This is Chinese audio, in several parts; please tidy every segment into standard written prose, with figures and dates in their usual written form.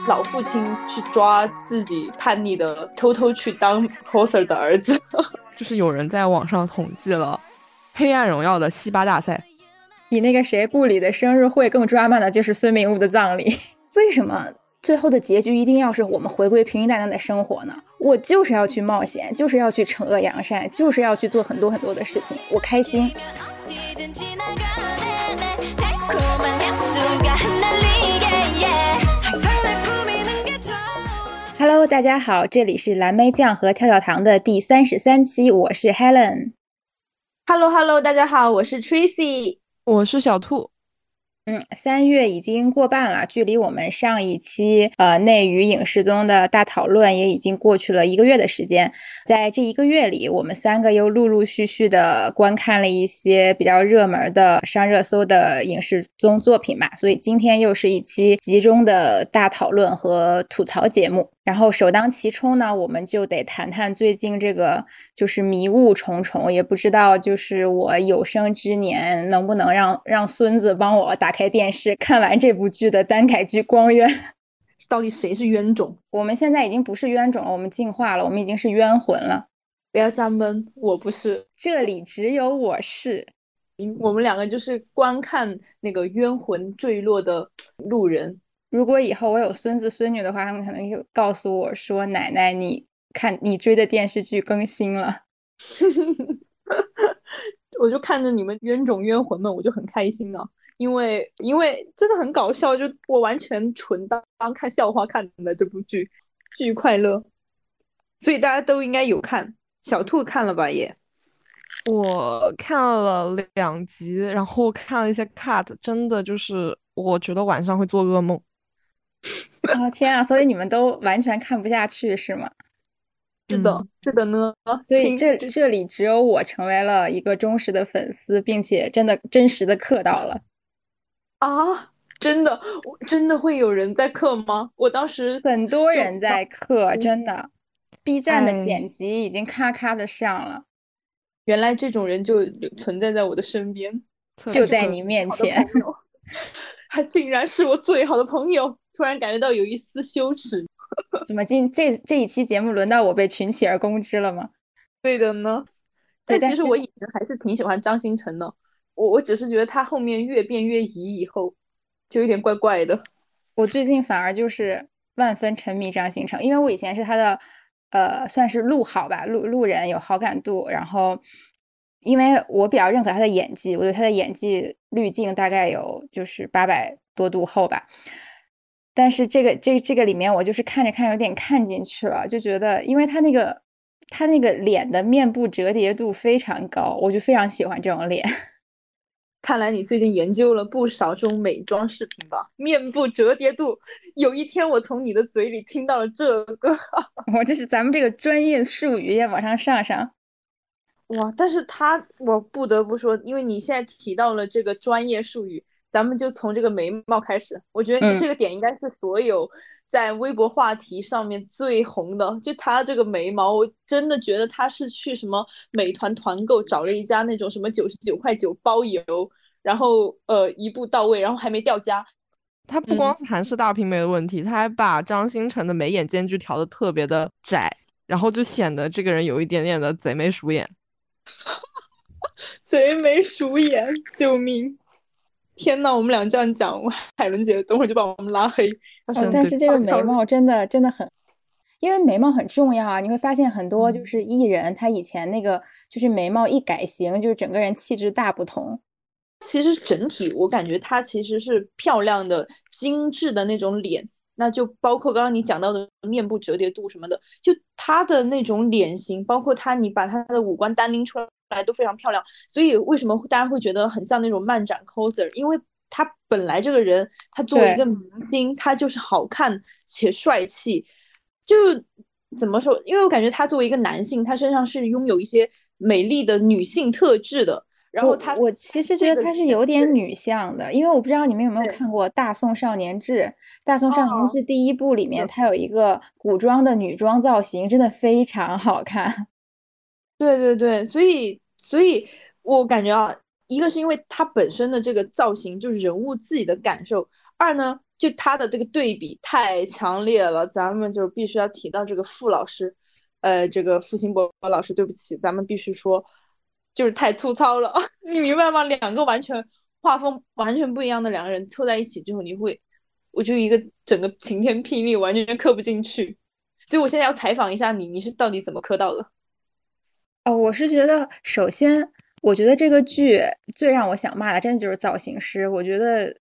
老父亲去抓自己叛逆的偷偷去当 coser 的儿子。 就是有人在网上统计了黑暗荣耀的西巴大赛， 比那个谁部里的生日会更抓马的就是孙明悟的葬礼。为什么最后的结局一定要是我们回归平平淡淡的生活呢？我就是要去冒险，就是要去惩恶扬善，就是要去做很多很多的事情，我开心。Hello， 大家好，这里是蓝莓酱和跳跳糖的第33期，我是 Helen。Hello， 大家好，我是 Tracy， 我是小兔。 3月已经过半了，距离我们上一期内娱影视综的大讨论也已经过去了1个月的时间。在这1个月里，我们3个又陆陆续续的观看了一些比较热门的上热搜的影视综作品嘛，所以今天又是一期集中的大讨论和吐槽节目。然后首当其冲呢，我们就得谈谈最近这个就是迷雾重重，也不知道就是我有生之年能不能让孙子帮我打开电视看完这部剧的耽改剧《光渊》。 到底谁是冤种？ 我们现在已经不是冤种了，我们进化了，我们已经是冤魂了。 不要加闷，我不是， 这里只有我是。 我们2个就是观看那个冤魂坠落的路人。 如果以后我有孙子孙女的话，他们可能就告诉我说，奶奶你看你追的电视剧更新了。 我就看着你们冤种冤魂们，我就很开心啊，因为真的很搞笑，就我完全纯当看笑话看的这部剧，巨快乐，所以大家都应该有看。小兔看了吧也？ 我看了2集，然后看了一些 cut， 真的就是我觉得晚上会做噩梦。 哦天啊！所以你们都完全看不下去是吗？ 是的，是的呢。 所以这里只有我成为了一个忠实的粉丝，并且真实的嗑到了。 啊，真的会有人在嗑吗？我当时很多人在嗑，真的。B 站的剪辑已经咔咔的上了。 原来这种人就存在我的身边， 就在你面前。 他竟然是我最好的朋友，突然感觉到有一丝羞耻。 怎么这一期节目轮到我被群起而攻之了吗？ 对的呢。但其实我以前还是挺喜欢张新成的，我只是觉得他后面越变越疑以后，就有点怪怪的。 我最近反而就是万分沉迷张新成，因为我以前是他的算是路好吧，路人有好感度，然后因为我比较认可他的演技，我对他的演技滤镜大概有就是800多度厚吧。但是这个里面我就是看着看着有点看进去了，就觉得因为他那个脸的面部折叠度非常高，我就非常喜欢这种脸。 看来你最近研究了不少这种美妆视频吧？面部折叠度，有一天我从你的嘴里听到了这个。 我这是咱们这个专业术语也往上上。 哇！但是我不得不说，因为你现在提到了这个专业术语，咱们就从这个眉毛开始。我觉得这个点应该是所有在微博话题上面最红的，就他这个眉毛，我真的觉得他是去什么美团团购找了一家那种什么99.9块包邮，然后一步到位，然后还没掉价。 他不光是韩式大平眉的问题，他还把张新成的眉眼间距调得特别的窄，然后就显得这个人有一点点的贼眉鼠眼。 贼眉鼠眼，救命！天呐，我们俩这样讲，海伦姐等会儿就把我们拉黑。 但是这个眉毛真的很，因为眉毛很重要啊。你会发现很多就是艺人，他以前那个就是眉毛一改型，就是整个人气质大不同。 其实整体我感觉他其实是漂亮的、精致的那种脸，那就包括刚刚你讲到的面部折叠度什么的，就他的那种脸型，包括你把他的五官单拎出来都非常漂亮。所以为什么大家会觉得很像那种漫展 coser？ 因为他本来这个人，他作为一个明星，他就是好看且帅气。就怎么说？因为我感觉他作为一个男性，他身上是拥有一些美丽的女性特质的。然后我其实觉得他是有点女相的，因为我不知道你们有没有看过《大宋少年志》。《大宋少年志》第1部里面，他有一个古装的女装造型，真的非常好看。 对，所以我感觉啊， 一个是因为他本身的这个造型就是人物自己的感受，二呢就他的这个对比太强烈了，咱们就必须要提到这个傅老师，这个傅辛博老师，对不起，咱们必须说就是太粗糙了，你明白吗？两个完全画风完全不一样的两个人凑在一起之后，我就一个整个晴天霹雳，完全磕不进去。所以我现在要采访一下你，你是到底怎么磕到的？ 我是觉得，首先，我觉得这个剧最让我想骂的，真的就是造型师。我觉得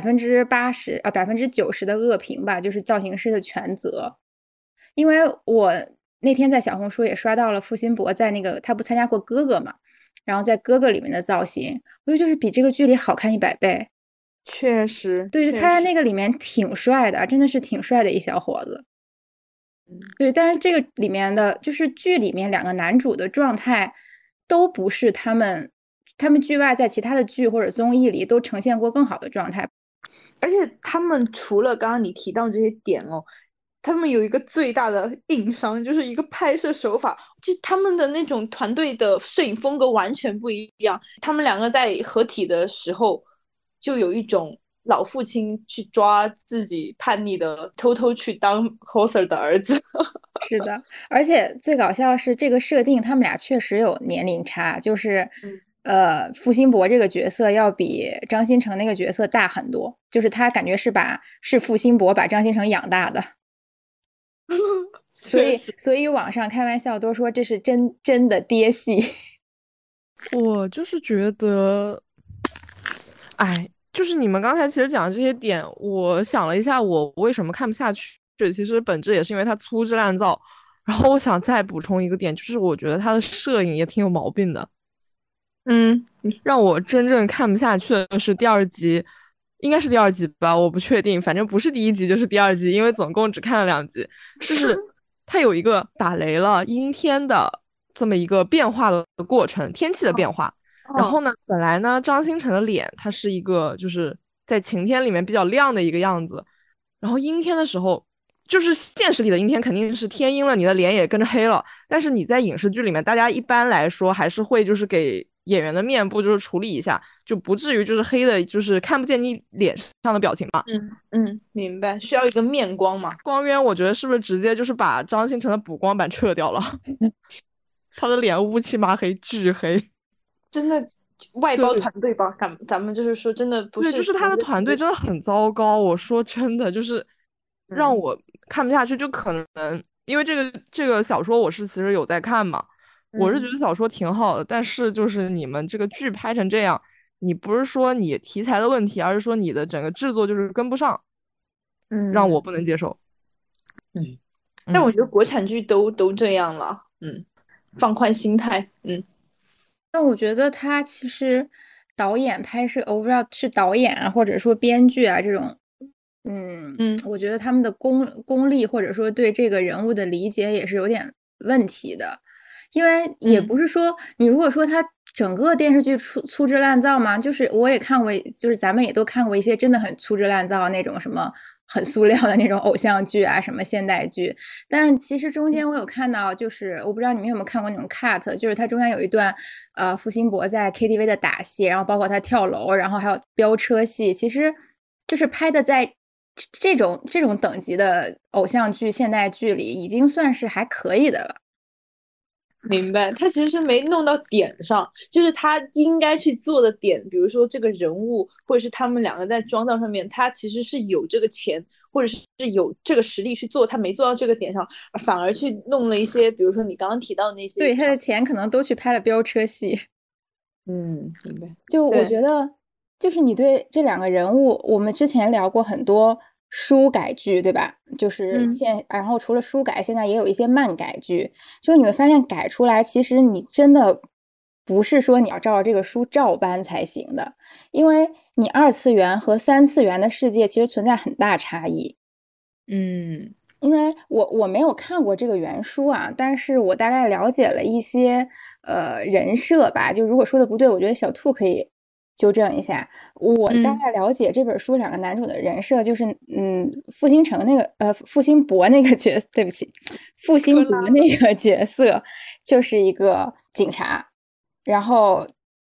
80%90%的恶评吧，就是造型师的全责。因为我那天在小红书也刷到了付辛博在那个他不参加过哥哥嘛，然后在哥哥里面的造型，我觉得就是比这个剧里好看100倍。 确实， 对，他在那个里面挺帅的，真的是挺帅的一小伙子。对，但是这个里面的就是剧里面两个男主的状态都不是他们剧外在其他的剧或者综艺里都呈现过更好的状态。 而且他们除了刚刚你提到这些点哦，他们有一个最大的硬伤，就是一个拍摄手法，就他们的那种团队的摄影风格完全不一样。他们两个在合体的时候，就有一种老父亲去抓自己叛逆的，偷偷去当 coser 的儿子。 是的，而且最搞笑的是这个设定，他们俩确实有年龄差，就是付辛博这个角色要比张新成那个角色大很多，就是他感觉是付辛博把张新成养大的。所以网上开玩笑都说这是真的爹戏。 我就是觉得，哎，就是你们刚才其实讲的这些点，我想了一下，我为什么看不下去，其实本质也是因为它粗制滥造。然后我想再补充一个点，就是我觉得他的摄影也挺有毛病的。让我真正看不下去的是第二集，应该是第二集吧，我不确定，反正不是第一集就是第二集，因为总共只看了2集。就是它有一个打雷了、阴天的这么一个变化的过程，天气的变化。然后呢，本来呢，张新成的脸它是一个就是在晴天里面比较亮的一个样子，然后阴天的时候。就是现实里的阴天肯定是天阴了，你的脸也跟着黑了。但是你在影视剧里面，大家一般来说还是会就是给演员的面部就是处理一下，就不至于就是黑的，就是看不见你脸上的表情嘛。 明白，需要一个面光嘛。 光渊我觉得是不是直接就是把张新成的补光板撤掉了？他的脸乌漆麻黑，巨黑， 真的外包团队吧？咱们就是说，真的不是。 对，就是他的团队真的很糟糕。我说真的，就是让我看不下去，就可能因为这个小说我是其实有在看嘛，我是觉得小说挺好的，但是就是你们这个剧拍成这样，你不是说你题材的问题，而是说你的整个制作就是跟不上，让我不能接受。 但我觉得国产剧都这样了，放宽心态， 但我觉得他其实导演拍摄，我不知道是导演啊，或者说编剧啊这种。我觉得他们的功力或者说对这个人物的理解也是有点问题的，因为也不是说你如果说他整个电视剧粗制滥造嘛，就是我也看过，就是咱们也都看过一些真的很粗制滥造那种什么很塑料的那种偶像剧啊，什么现代剧，但其实中间我有看到，就是我不知道你们有没有看过那种 cut， 就是它中间有一段付辛博在 KTV 的打戏，然后包括他跳楼，然后还有飙车戏，其实就是拍的在这种等级的偶像剧、现代剧里，已经算是还可以的了。 明白，他其实是没弄到点上，就是他应该去做的点，比如说这个人物，或者是他们两个在妆造上面，他其实是有这个钱，或者是有这个实力去做，他没做到这个点上，反而去弄了一些，比如说你刚刚提到的那些， 对，他的钱可能都去拍了飙车戏。 明白。 就我觉得。就是你对这两个人物，我们之前聊过很多书改剧，对吧？就是然后除了书改，现在也有一些漫改剧。就你会发现改出来，其实你真的不是说你要照着这个书照搬才行的，因为你2次元和3次元的世界其实存在很大差异。因为我没有看过这个原书啊，但是我大概了解了一些人设吧。就如果说的不对，我觉得小兔可以纠正一下。我大概了解这本书两个男主的人设，就是付辛博那个角色，对不起，付辛博那个角色就是一个警察，然后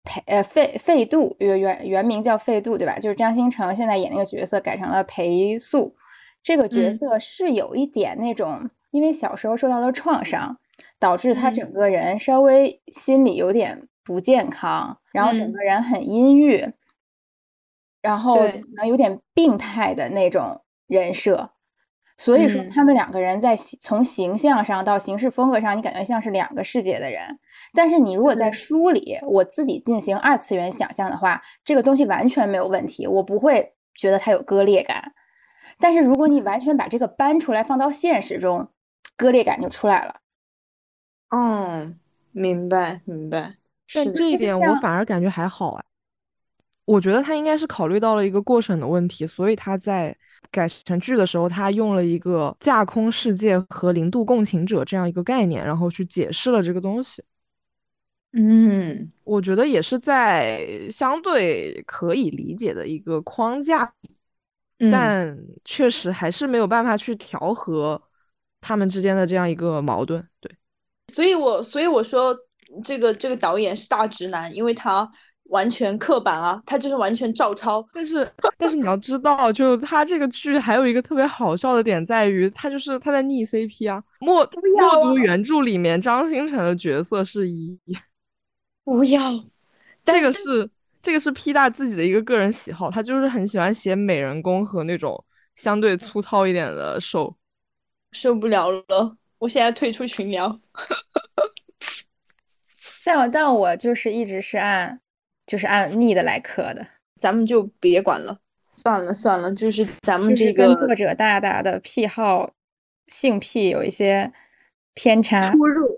费度，原名叫费度，对吧？就是张新成现在演那个角色改成了裴素，这个角色是有一点那种，因为小时候受到了创伤，导致他整个人稍微心理有点不健康，然后整个人很阴郁，然后可能有点病态的那种人设。所以说他们两个人在从形象上到行事风格上，你感觉像是两个世界的人。但是你如果在书里我自己进行二次元想象的话，这个东西完全没有问题，我不会觉得它有割裂感。但是如果你完全把这个搬出来放到现实中，割裂感就出来了。 明白。 但这一点我反而感觉还好哎。我觉得他应该是考虑到了一个过审的问题，所以他在改成剧的时候，他用了一个架空世界和零度共情者这样一个概念，然后去解释了这个东西。我觉得也是在相对可以理解的一个框架，但确实还是没有办法去调和他们之间的这样一个矛盾。对， 所以我说这个导演是大直男，因为他完全刻板啊，他就是完全照抄。 但是你要知道，就他这个剧还有一个特别好笑的点在于，他在逆 CP 啊。默读原著里面张新成的角色是一， 不要， 这个是 P 大自己的一个个人喜好，他就是很喜欢写美人公和那种相对粗糙一点的受不了了，我现在退出群聊。 但我就是一直是按逆的来刻的。 咱们就别管了，算了，就是咱们这个跟作者大的癖好性癖有一些偏差出入。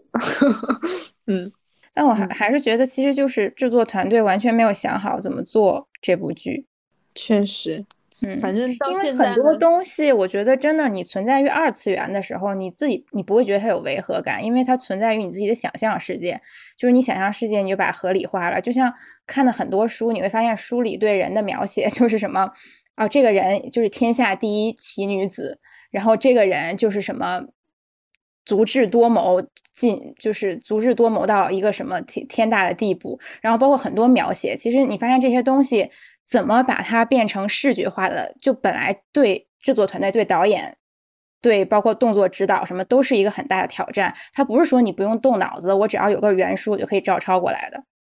但我还是觉得其实就是制作团队完全没有想好怎么做这部剧。 确实，反正因为很多东西我觉得真的你存在于二次元的时候，你不会觉得它有违和感，因为它存在于你自己的想象世界，就是你想象世界你就把它合理化了。就像看了很多书，你会发现书里对人的描写就是什么这个人就是天下第一奇女子，然后这个人就是什么足智多谋就是足智多谋到一个什么天大的地步，然后包括很多描写，其实你发现这些东西怎么把它变成视觉化的，就本来对制作团队、对导演、对包括动作指导什么都是一个很大的挑战。它不是说你不用动脑子，我只要有个原书就可以照抄过来的。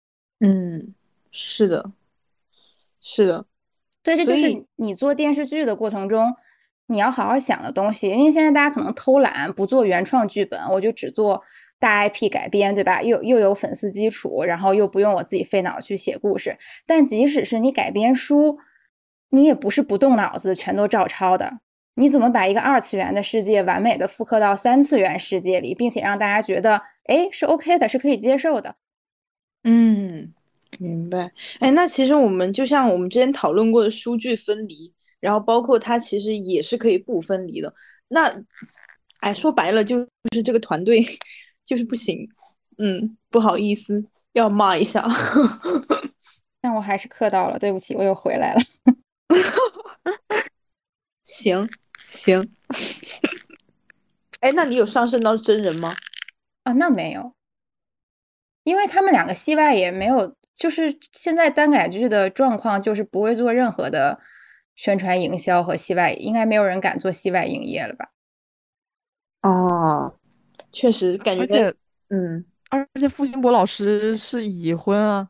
是的。 对，这就是你做电视剧的过程中你要好好想的东西。因为现在大家可能偷懒不做原创剧本，我就只做大 IP 改编，对吧？又有粉丝基础，然后又不用我自己费脑去写故事。但即使是你改编书，你也不是不动脑子全都照抄的。你怎么把一个二次元的世界完美的复刻到三次元世界里，并且让大家觉得是 OK 的，是可以接受的。 明白。那其实我们就像我们之前讨论过的书剧分离，然后包括它其实也是可以不分离的。那说白了就是这个团队就是不行。不好意思，要骂一下。 但我还是刻到了，对不起，我又回来了。 行。那你有上升到真人吗？ 那没有，因为他们两个戏外也没有，就是现在耽改剧的状况就是不会做任何的宣传营销和戏外，应该没有人敢做戏外营业了吧？ 确实感觉， 而且付辛博老师是已婚啊。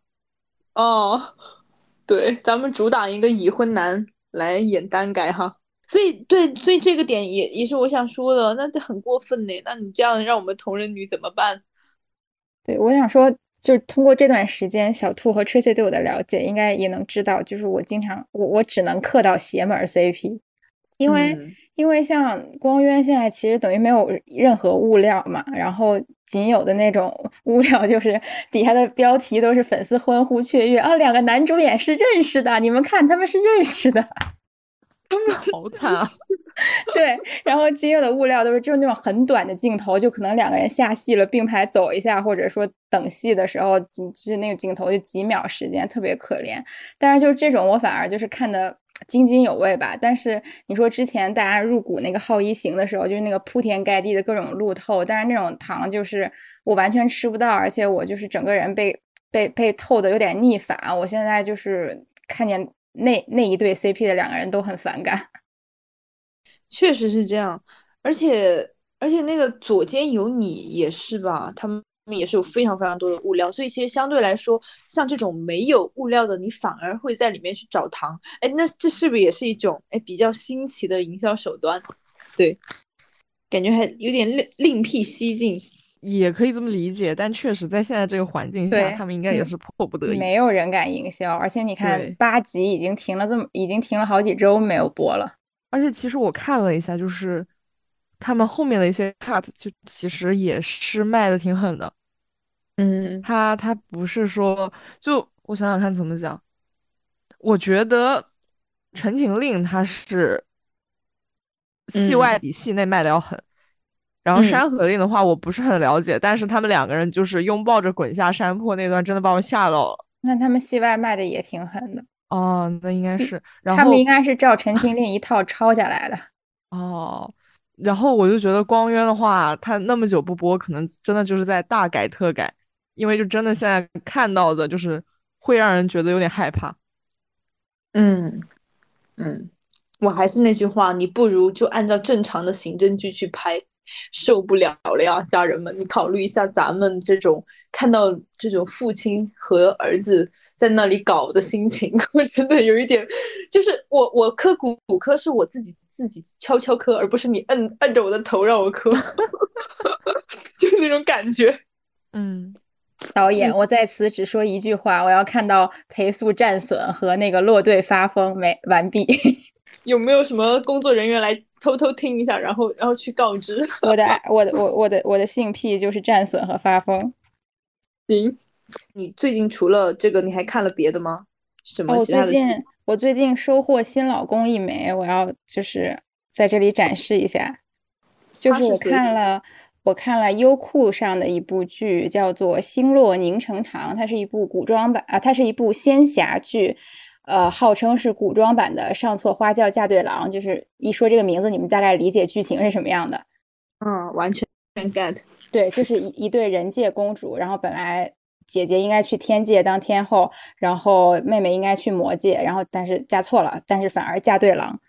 对，咱们主打一个已婚男来演耽改哈。所以这个点也是我想说的，那这很过分呢。那你这样让我们同人女怎么办？ 对，我想说，就是通过这段时间，小兔和 Tracy 对我的了解，应该也能知道，就是我经常我只能磕到邪门 CP，因为像光渊现在其实等于没有任何物料嘛，然后仅有的那种物料就是底下的标题都是粉丝欢呼雀跃两个男主演是认识的，你们看他们是认识的。 他们好惨啊！ 对，然后仅有的物料都是就是那种很短的镜头，就可能两个人下戏了并排走一下，或者说等戏的时候，就是那个镜头就几秒时间，特别可怜。但是就是这种我反而就是看的津津有味吧。但是你说之前大家入股那个好一行的时候，就是那个铺天盖地的各种路透，但是那种糖就是我完全吃不到，而且我就是整个人被被透的有点逆反。我现在就是看见那一对 CP 的两个人都很反感。 确实是这样，而且那个左肩有你也是吧，他们也是有非常非常多的物料，所以其实相对来说，像这种没有物料的，你反而会在里面去找糖，哎，那这是不是也是一种比较新奇的营销手段？对，感觉还有点另辟蹊径。 也可以这么理解，但确实在现在这个环境下， 对， 他们应该也是迫不得已。 没有人敢营销，而且你看对， 8集已经停了好几周没有播了。 而且其实我看了一下，就是他们后面的一些 cut，就其实也是卖的挺狠的。 嗯他不是说，就我想想看怎么讲，我觉得《陈情令》它是戏外嗯比戏内卖的要狠，然后嗯， 《山河令》的话我不是很了解，但是他们两个人就是拥抱着滚下山坡那段，真的把我吓到了。 那他们戏外卖的也挺狠的， 哦，那应该是，然他们应后该是照《陈情令》一套抄下来的。 哦，然后我就觉得光渊的话，他那么久不播，可能真的就是在大改特改，因为就真的现在看到的就是会让人觉得有点害怕。 嗯嗯，我还是那句话，你不如就按照正常的刑侦剧去拍，受不了了呀，家人们，你考虑一下咱们这种看到这种父亲和儿子在那里搞的心情，我真的有一点，就是我磕骨科是我自己悄悄磕，而不是你摁着我的头让我磕，就是那种感觉。 嗯， 导演，我在此只说一句话，我要看到裴素战损和那个落队发疯没完毕。 有没有什么工作人员来偷偷听一下，然后去告知？ 我的性癖就是战损和发疯。 行，你最近除了这个，你还看了别的吗？什哦， 么其他的剧？ 我最近收获新老公一枚，我要就是在这里展示一下。就是我看了优酷上的一部剧，叫做《星落凝成糖》，它是一部古装版啊，它是一部仙侠剧，号称是古装版的《上错花轿嫁对郎》，就是一说这个名字，你们大概理解剧情是什么样的。 嗯，完全 get。 对，就是一对人界公主，然后本来姐姐应该去天界当天后，然后妹妹应该去魔界，然后但是嫁错了，但是反而嫁对郎。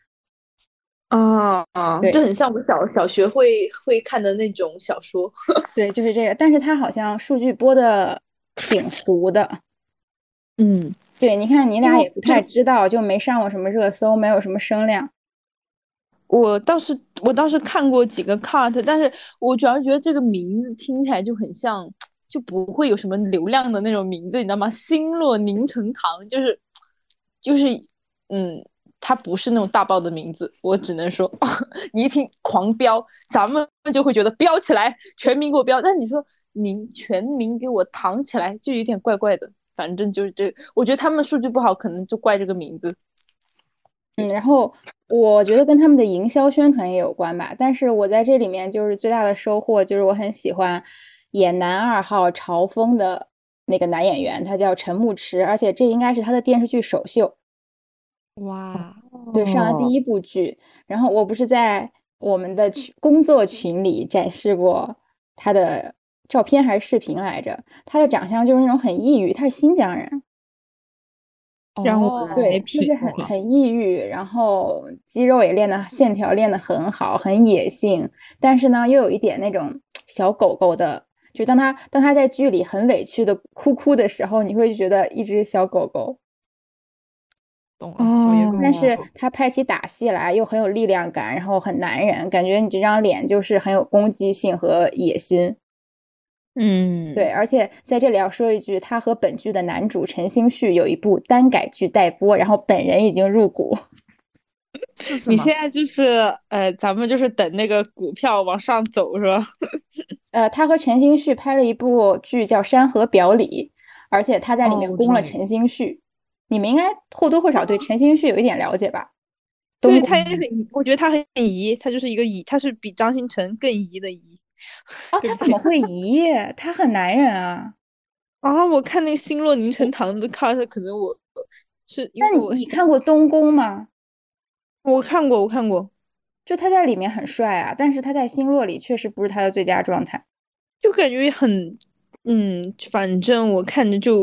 这对很像我小学会看的那种小说。 对，就是这个，但是它好像数据播的挺糊的。 嗯， 对，你看你因为俩也不太知道，就没上过什么热搜，没有什么声量。 我倒是看过几个 cut，但是我主要觉得这个名字听起来就很像，就不会有什么流量的那种名字，你知道吗？星落凝成糖，就是它不是那种大爆的名字，我只能说，你一听狂飙，咱们就会觉得飙起来，全民给我飙。但是你说您全民给我糖起来，就有点怪怪的。反正就是这，我觉得他们数据不好，可能就怪这个名字。 然后我觉得跟他们的营销宣传也有关吧。但是我在这里面就是最大的收获就是我很喜欢演男二号朝风的那个男演员，他叫陈牧驰，而且这应该是他的电视剧首秀。 哇， 对，上了第一部剧。然后我不是在我们的工作群里展示过他的照片还是视频来着？他的长相就是那种很抑郁，他是新疆人。 让我来对，就品是很抑郁，然后肌肉也练的线条练得很好，很野性，但是呢又有一点那种小狗狗的，就当他在剧里很委屈的哭的时候，你会觉得一只小狗狗。 懂了，小野狗。 但是他拍起打戏来又很有力量感，然后很男人，感觉你这张脸就是很有攻击性和野心。对，而且在这里要说一句，他和本剧的男主陈星旭有一部单改剧待播，然后本人已经入股。 你现在就是咱们就是等那个股票往上走是吧？ 他和陈星旭拍了一部剧叫《山河表里》，而且他在里面攻了陈星旭。你们应该或多或少对陈星旭有一点了解吧？ 对，他也很，我觉得他很疑，他就是一个疑，他是比张新成更疑的疑。 哦，他怎么会疑？他很男人啊！ 啊，我看那个《星落凝成糖》的 cut，可能我是因为那你看过东宫吗？ 我看过，我看过。 就他在里面很帅啊，但是他在星落里确实不是他的最佳状态， 就感觉很，反正我看着就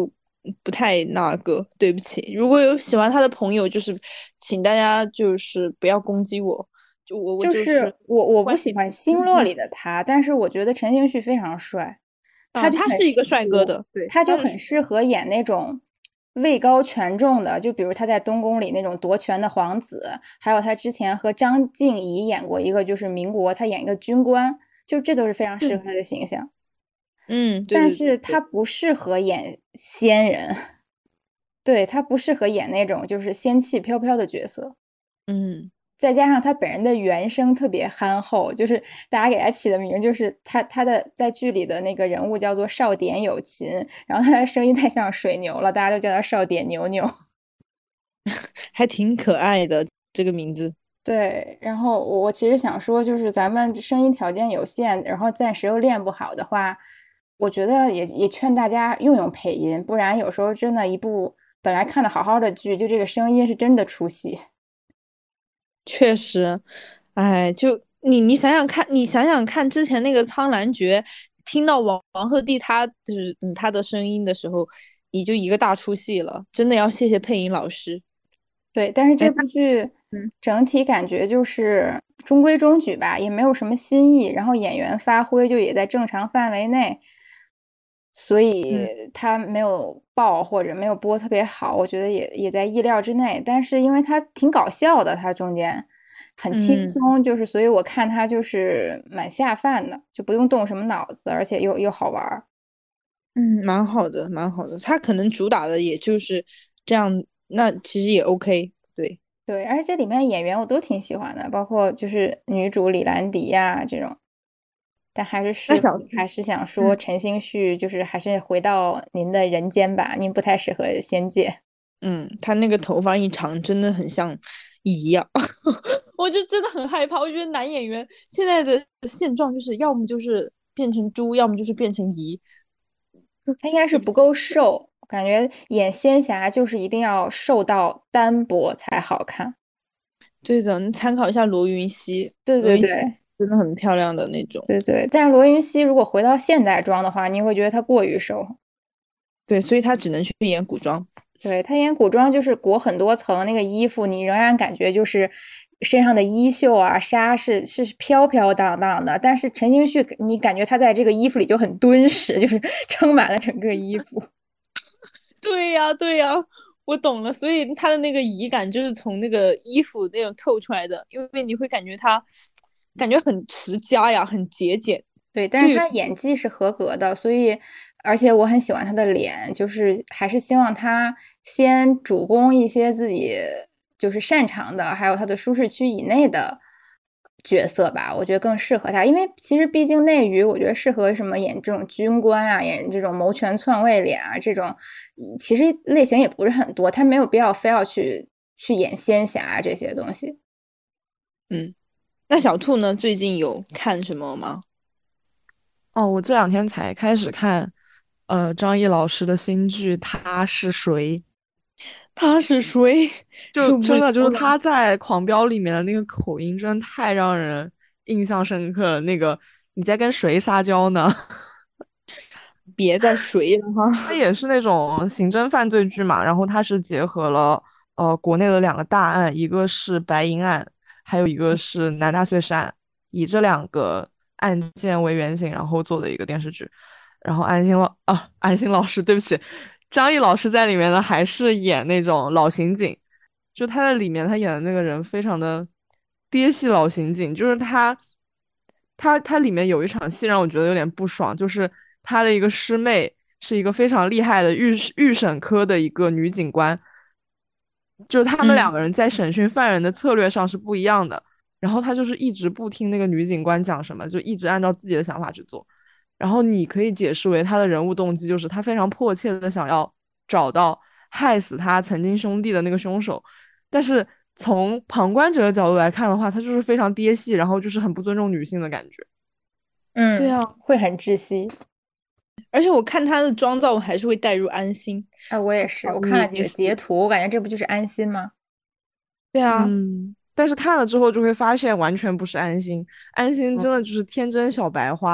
不太那个，对不起。如果有喜欢他的朋友，就是请大家就是不要攻击我，我就是我不关喜欢星落里的他，但是我觉得陈星旭非常帅，他啊， 就很适他是一个帅哥合， 的，对， 他就他是很适合演那种位高权重的，就比如他在东宫里那种夺权的皇子，还有他之前和张静怡演过一个就是民国，他演一个军官，就这都是非常适合他的形象。 对但对对对， 是他不适合演仙人，对，他不适合演那种就是仙气飘飘的角色。 嗯， 再加上他本人的原声特别憨厚，就是大家给他起的名就是他的在剧里的那个人物叫做少典有琴，然后他的声音太像水牛了，大家都叫他少典牛牛。 还挺可爱的这个名字。 对，然后我其实想说，就是咱们声音条件有限，然后暂时又练不好的话，我觉得也劝大家用用配音，不然有时候真的一部本来看的好好的剧，就这个声音是真的出戏。 确实，哎，就你想想看，你想想看，之前那个《苍兰诀》，听到王鹤棣他就是他的声音的时候，你就一个大出戏了，真的要谢谢配音老师。 对，但是哎， 这部剧嗯整体感觉就是中规中矩吧，也没有什么新意，然后演员发挥就也在正常范围内，所嗯以他没有爆或者没有播特别好，我觉得也在意料之内。但是因为他挺搞笑的，他中间很轻嗯松，就是所以我看他就是蛮下饭的，就不用动什么脑子，而且又好玩儿。 蛮好的，蛮好的。他可能主打的也就是这样，那其实也 OK。对， 对，而且这里面演员我都挺喜欢的，包括就是女主李兰迪呀这种。但还是想说嗯陈星旭，就是还是回到您的人间吧，您不太适合仙界。 他那个头发一长，真的很像一样，我就真的很害怕。我觉得男演员现在的现状就是要么就是变成猪，要么就是变成乙。 他应该是不够瘦，感觉演仙侠就是一定要瘦到单薄才好看。 对的，你参考一下罗云熙， 对罗云熙对对真的很漂亮的那种。 对对，但是罗云熙如果回到现代装的话，你会觉得她过于瘦。 对，所以他只能去演古装。 对，她演古装就是裹很多层那个衣服，你仍然感觉就是身上的衣袖啊纱是飘飘荡荡的，但是陈星旭你感觉他在这个衣服里就很敦实，就是撑满了整个衣服。 对呀，对呀，我懂了。所以他的那个仪感就是从那个衣服那种透出来的，因为你会感觉他感觉很持家呀，很节俭。 对，但是他演技是合格的，所以而且我很喜欢他的脸，就是还是希望他先主攻一些自己就是擅长的，还有他的舒适区以内的角色吧，我觉得更适合他。因为其实毕竟内娱，我觉得适合什么演这种军官啊，演这种谋权篡位脸啊，这种其实类型也不是很多，他没有必要非要去演仙侠这些东西。 嗯，那小兔呢？最近有看什么吗？ 哦，我这两天才开始看，张译老师的新剧《他是谁》， 他是谁？ 就受不了真的就是了！ 他在《狂飙》里面的那个口音，真的太让人印象深刻了。那个你在跟谁撒娇呢？ 别再谁了哈！ 它也是那种刑侦犯罪剧嘛，然后它是结合了国内的两个大案，一个是白银案，还有一个是南大碎尸案，以这两个案件为原型，然后做的一个电视剧。然后安心老师，对不起，张译老师在里面呢还是演那种老刑警，就他在里面他演的那个人非常的爹系老刑警，就是他里面有一场戏让我觉得有点不爽，就是他的一个师妹是一个非常厉害的预审科的一个女警官，就是他们嗯， 两个人在审讯犯人的策略上是不一样的，然后他就是一直不听那个女警官讲什么，就一直按照自己的想法去做。然后你可以解释为他的人物动机就是他非常迫切的想要找到害死他曾经兄弟的那个凶手，但是从旁观者的角度来看的话，他就是非常爹系，然后就是很不尊重女性的感觉。 嗯， 对啊， 会很窒息。 而且我看他的妆造，我还是会带入安心。 哎，我也是，我看了几个你你截图，我感觉这不就是安心吗？ 对啊， 嗯，但是看了之后就会发现完全不是安心，安心嗯真的就是天真小白花，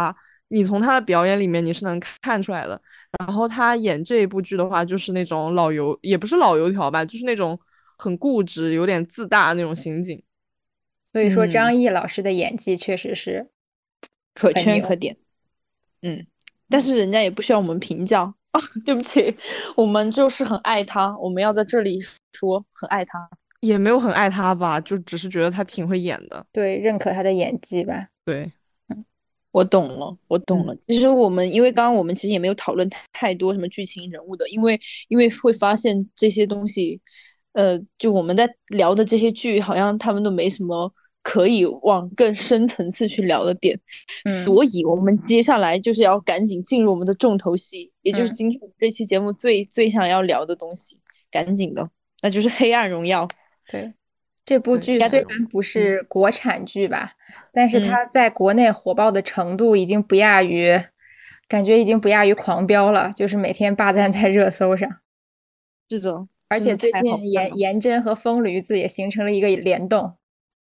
你从他的表演里面你是能看出来的。然后他演这一部剧的话，就是那种老油，也不是老油条吧，就是那种很固执、有点自大的那种刑警。 所以说张译老师的演技确实是可圈可点。但是人家也不需要我们评价啊，对不起，我们就是很爱他，我们要在这里说很爱他。 也没有很爱他吧，就只是觉得他挺会演的。 对，认可他的演技吧。 对， 我懂了。其实因为刚刚我们其实也没有讨论太多什么剧情人物的，因为会发现这些东西，就我们在聊的这些剧，好像他们都没什么可以往更深层次去聊的点，所以我们接下来就是要赶紧进入我们的重头戏，也就是今天这期节目最想要聊的东西，赶紧的，那就是《黑暗荣耀》。 对。这部剧虽然不是国产剧吧，但是它在国内火爆的程度已经不亚于，感觉已经不亚于《狂飙》了，就是每天霸占在热搜上。 是的， 而且最近颜真和疯驴子也形成了一个联动，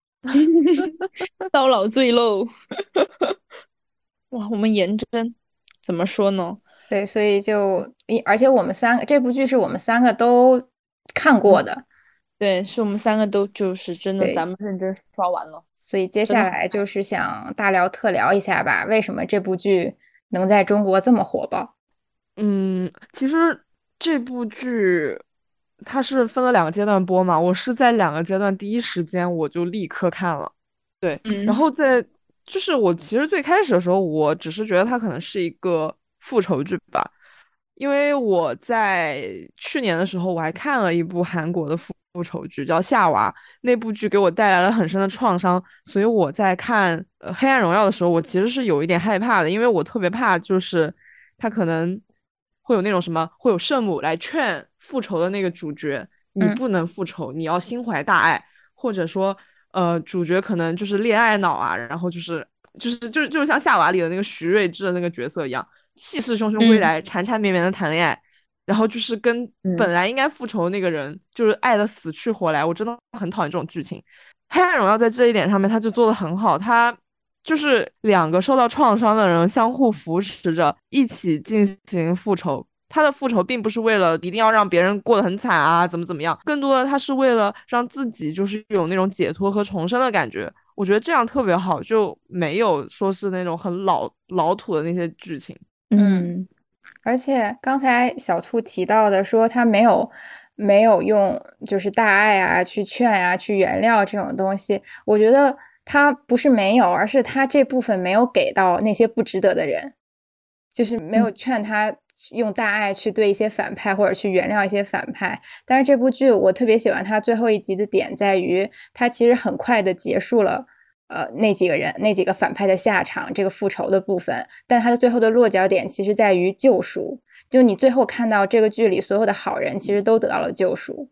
到老醉喽！哇，我们颜真怎么说呢？ 对，所以而且我们这部剧是我们三个都看过的。 对，是我们三个都就是真的，咱们认真刷完了。 所以接下来就是想大聊特聊一下吧，为什么这部剧能在中国这么火爆？ 其实这部剧它是分了2个阶段播嘛，我是在2个阶段第一时间我就立刻看了。对，然后就是我其实最开始的时候，我只是觉得它可能是一个复仇剧吧，因为我在去年的时候我还看了一部韩国的复仇剧叫《夏娃》，那部剧给我带来了很深的创伤，所以我在看《黑暗荣耀》的时候，我其实是有一点害怕的，因为我特别怕就是他可能会有那种什么，会有圣母来劝复仇的那个主角，你不能复仇，你要心怀大爱，或者说主角可能就是恋爱脑啊，然后就是像夏娃里的那个徐睿智的那个角色一样，气势汹汹归来，缠缠绵绵的谈恋爱。然后就是跟本来应该复仇的那个人，就是爱的死去活来，我真的很讨厌这种剧情。黑暗荣耀在这一点上面，他就做的很好，他就是2个受到创伤的人相互扶持着，一起进行复仇。他的复仇并不是为了一定要让别人过得很惨啊，怎么样，更多的他是为了让自己就是有那种解脱和重生的感觉。我觉得这样特别好，就没有说是那种很老土的那些剧情。 而且刚才小兔提到的说他没有用就是大爱啊去劝啊去原谅这种东西，我觉得他不是没有，而是他这部分没有给到那些不值得的人，就是没有劝他用大爱去对一些反派或者去原谅一些反派。但是这部剧我特别喜欢他最后一集的点在于，他其实很快的结束了那几个反派的下场，这个复仇的部分，但他的最后的落脚点其实在于救赎，就你最后看到这个剧里所有的好人其实都得到了救赎。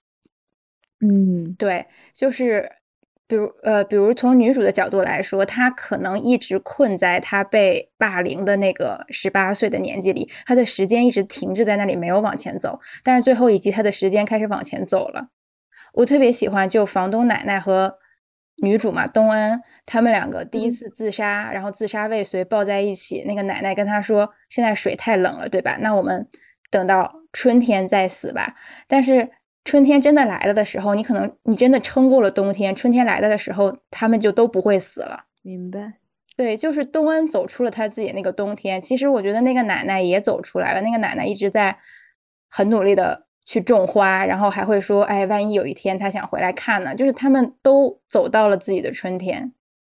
对，就是比如从女主的角度来说，她可能一直困在她被霸凌的那个18岁的年纪里，她的时间一直停滞在那里，没有往前走，但是最后一集她的时间开始往前走了。我特别喜欢就房东奶奶和女主嘛，东恩，他们2个第一次自杀，然后自杀未遂抱在一起，那个奶奶跟他说现在水太冷了，对吧？那我们等到春天再死吧。但是春天真的来了的时候，你真的撑过了冬天，春天来了的时候他们就都不会死了。 明白。 对，就是东恩走出了他自己那个冬天，其实我觉得那个奶奶也走出来了，那个奶奶一直在很努力的去种花，然后还会说哎，万一有一天他想回来看呢，就是他们都走到了自己的春天。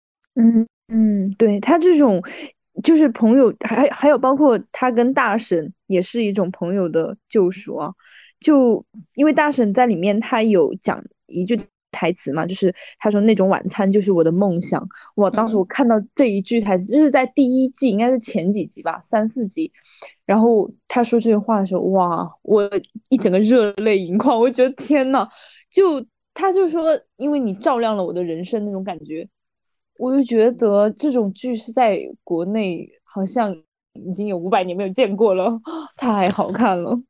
对，他这种就是朋友，还有包括他跟大婶也是一种朋友的救赎啊。就因为大婶在里面他有讲一句台词嘛，就是他说那种晚餐就是我的梦想。哇，当时我看到这一句台词，就是在第1季应该是前几集吧，3、4集，然后他说这句话的时候，哇，我一整个热泪盈眶，我觉得天呐，他就说因为你照亮了我的人生那种感觉，我就觉得这种剧是在国内好像已经有500年没有见过了，太好看了。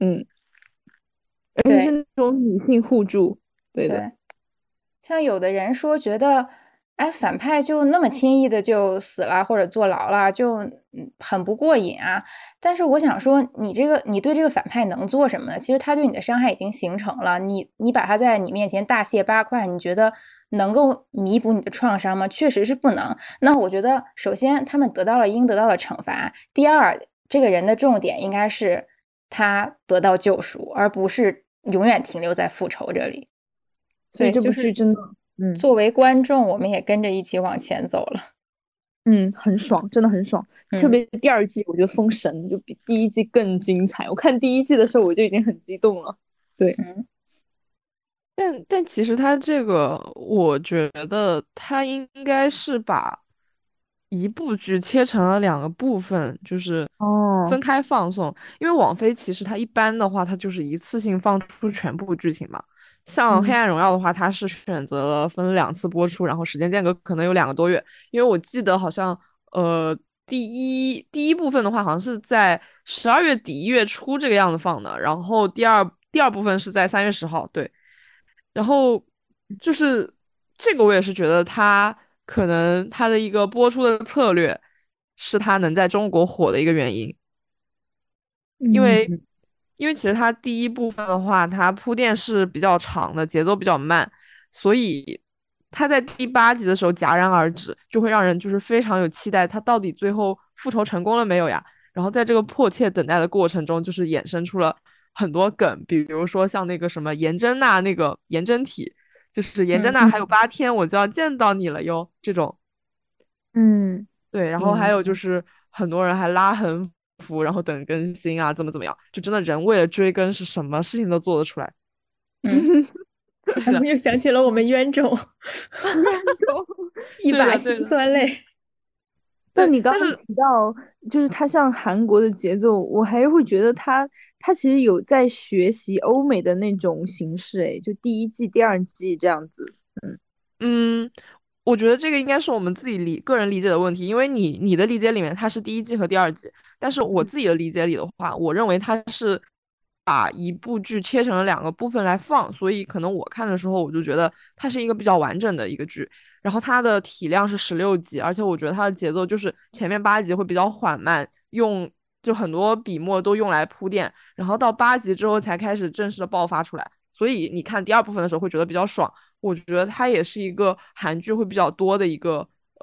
而且是那种女性互助。对的。 像有的人说觉得哎，反派就那么轻易的就死了或者坐牢了，就很不过瘾啊。但是我想说，你对这个反派能做什么呢？其实他对你的伤害已经形成了，你把他在你面前大卸八块，你觉得能够弥补你的创伤吗？确实是不能。那我觉得，首先他们得到了应得到的惩罚，第二，这个人的重点应该是他得到救赎，而不是永远停留在复仇这里。 所以这部就是剧真的， 作为观众，我们也跟着一起往前走了。 很爽，真的很爽。特别第二季，我觉得封神就比第一季更精彩。我看第一季的时候，我就已经很激动了。对， 但其实他这个，我觉得他应该是把一部剧切成了两个部分，就是分开放送。因为网飞其实它一般的话，它就是一次性放出全部剧情嘛。像《黑暗荣耀》的话，它是选择了分2次播出，然后时间间隔可能有2个多月。因为我记得好像第一部分的话，好像是在12月底1月初这个样子放的，然后第二部分是在3月10号，对。然后就是这个，我也是觉得他可能他的一个播出的策略是他能在中国火的一个原因，因为其实他第一部分的话，它铺垫是比较长的，节奏比较慢，所以他在第8集的时候戛然而止，就会让人就是非常有期待，他到底最后复仇成功了没有呀？然后在这个迫切等待的过程中，就是衍生出了很多梗，比如说像那个什么颜真娜那个颜真体，就是颜真娜还有8天我就要见到你了哟，这种。对，然后还有就是很多人还拉横幅，然后等更新啊，怎么样，就真的人为了追更是什么事情都做得出来。 又想起了我们冤种，一把辛酸泪。 那你刚刚提到，就是它像韩国的节奏，我还会觉得它其实有在学习欧美的那种形式，就第一季、第二季这样子。 我觉得这个应该是我们自己个人理解的问题，因为你的理解里面它是第一季和第二季，但是我自己的理解里的话，我认为它是把一部剧切成了2个部分来放，所以可能我看的时候我就觉得它是一个比较完整的一个剧，然后它的体量是16集，而且我觉得它的节奏就是前面8集会比较缓慢，就很多笔墨都用来铺垫，然后到8集之后才开始正式的爆发出来，所以你看第二部分的时候会觉得比较爽。我觉得它也是一个韩剧会比较多的一个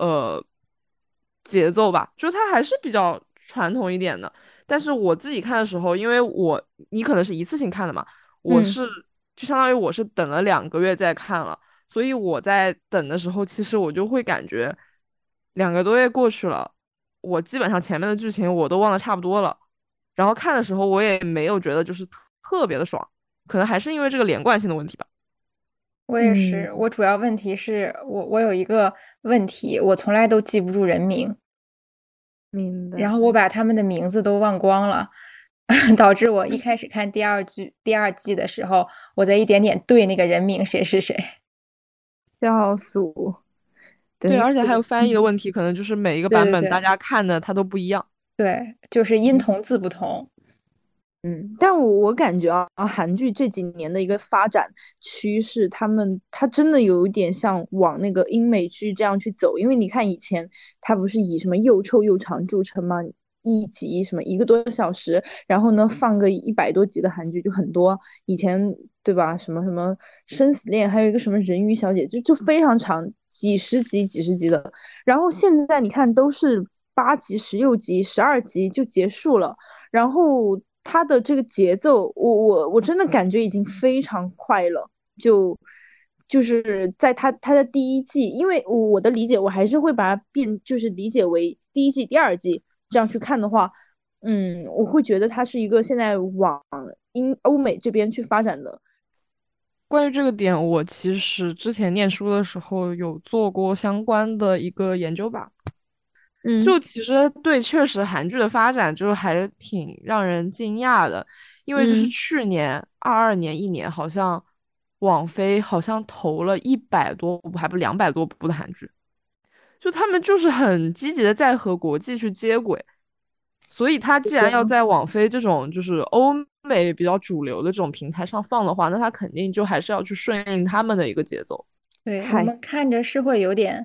节奏吧，就是它还是比较传统一点的。但是我自己看的时候，因为你可能是一次性看的嘛，就相当于我是等了2个月再看了，所以我在等的时候，其实我就会感觉2个多月过去了，我基本上前面的剧情我都忘得差不多了，然后看的时候我也没有觉得就是特别的爽，可能还是因为这个连贯性的问题吧。 我也是，我主要问题是我有一个问题，我从来都记不住人名， 明白。 然后我把他们的名字都忘光了，导致我一开始看第二季的时候，我在一点点对那个人名谁是谁， 笑死我。 对，而且还有翻译的问题，可能就是每一个版本大家看的它都不一样。 对，就是音同字不同。 但我感觉韩剧这几年的一个发展趋势，它真的有一点像往那个英美剧这样去走。因为你看以前它不是以什么又臭又长著称吗？一集什么1个多小时，然后呢放个100多集的韩剧就很多。以前对吧？什么什么生死恋，还有一个什么人鱼小姐，就非常长，几十集的。然后现在你看都是8集、16集、12集就结束了。然后它的这个节奏，我真的感觉已经非常快了，就是在它的第一季，因为我的理解，我还是会把它就是理解为第一季、第二季这样去看的话，我会觉得它是一个现在往欧美这边去发展的。 关于这个点，我其实之前念书的时候有做过相关的一个研究吧。就其实对，确实韩剧的发展就还是挺让人惊讶的，因为就是去年22年一年，好像网飞好像投了100多部，还不200多部的韩剧，就他们就是很积极的在和国际去接轨，所以他既然要在网飞这种就是欧美比较主流的这种平台上放的话，那他肯定就还是要去顺应他们的一个节奏。 对，我们看着是会有点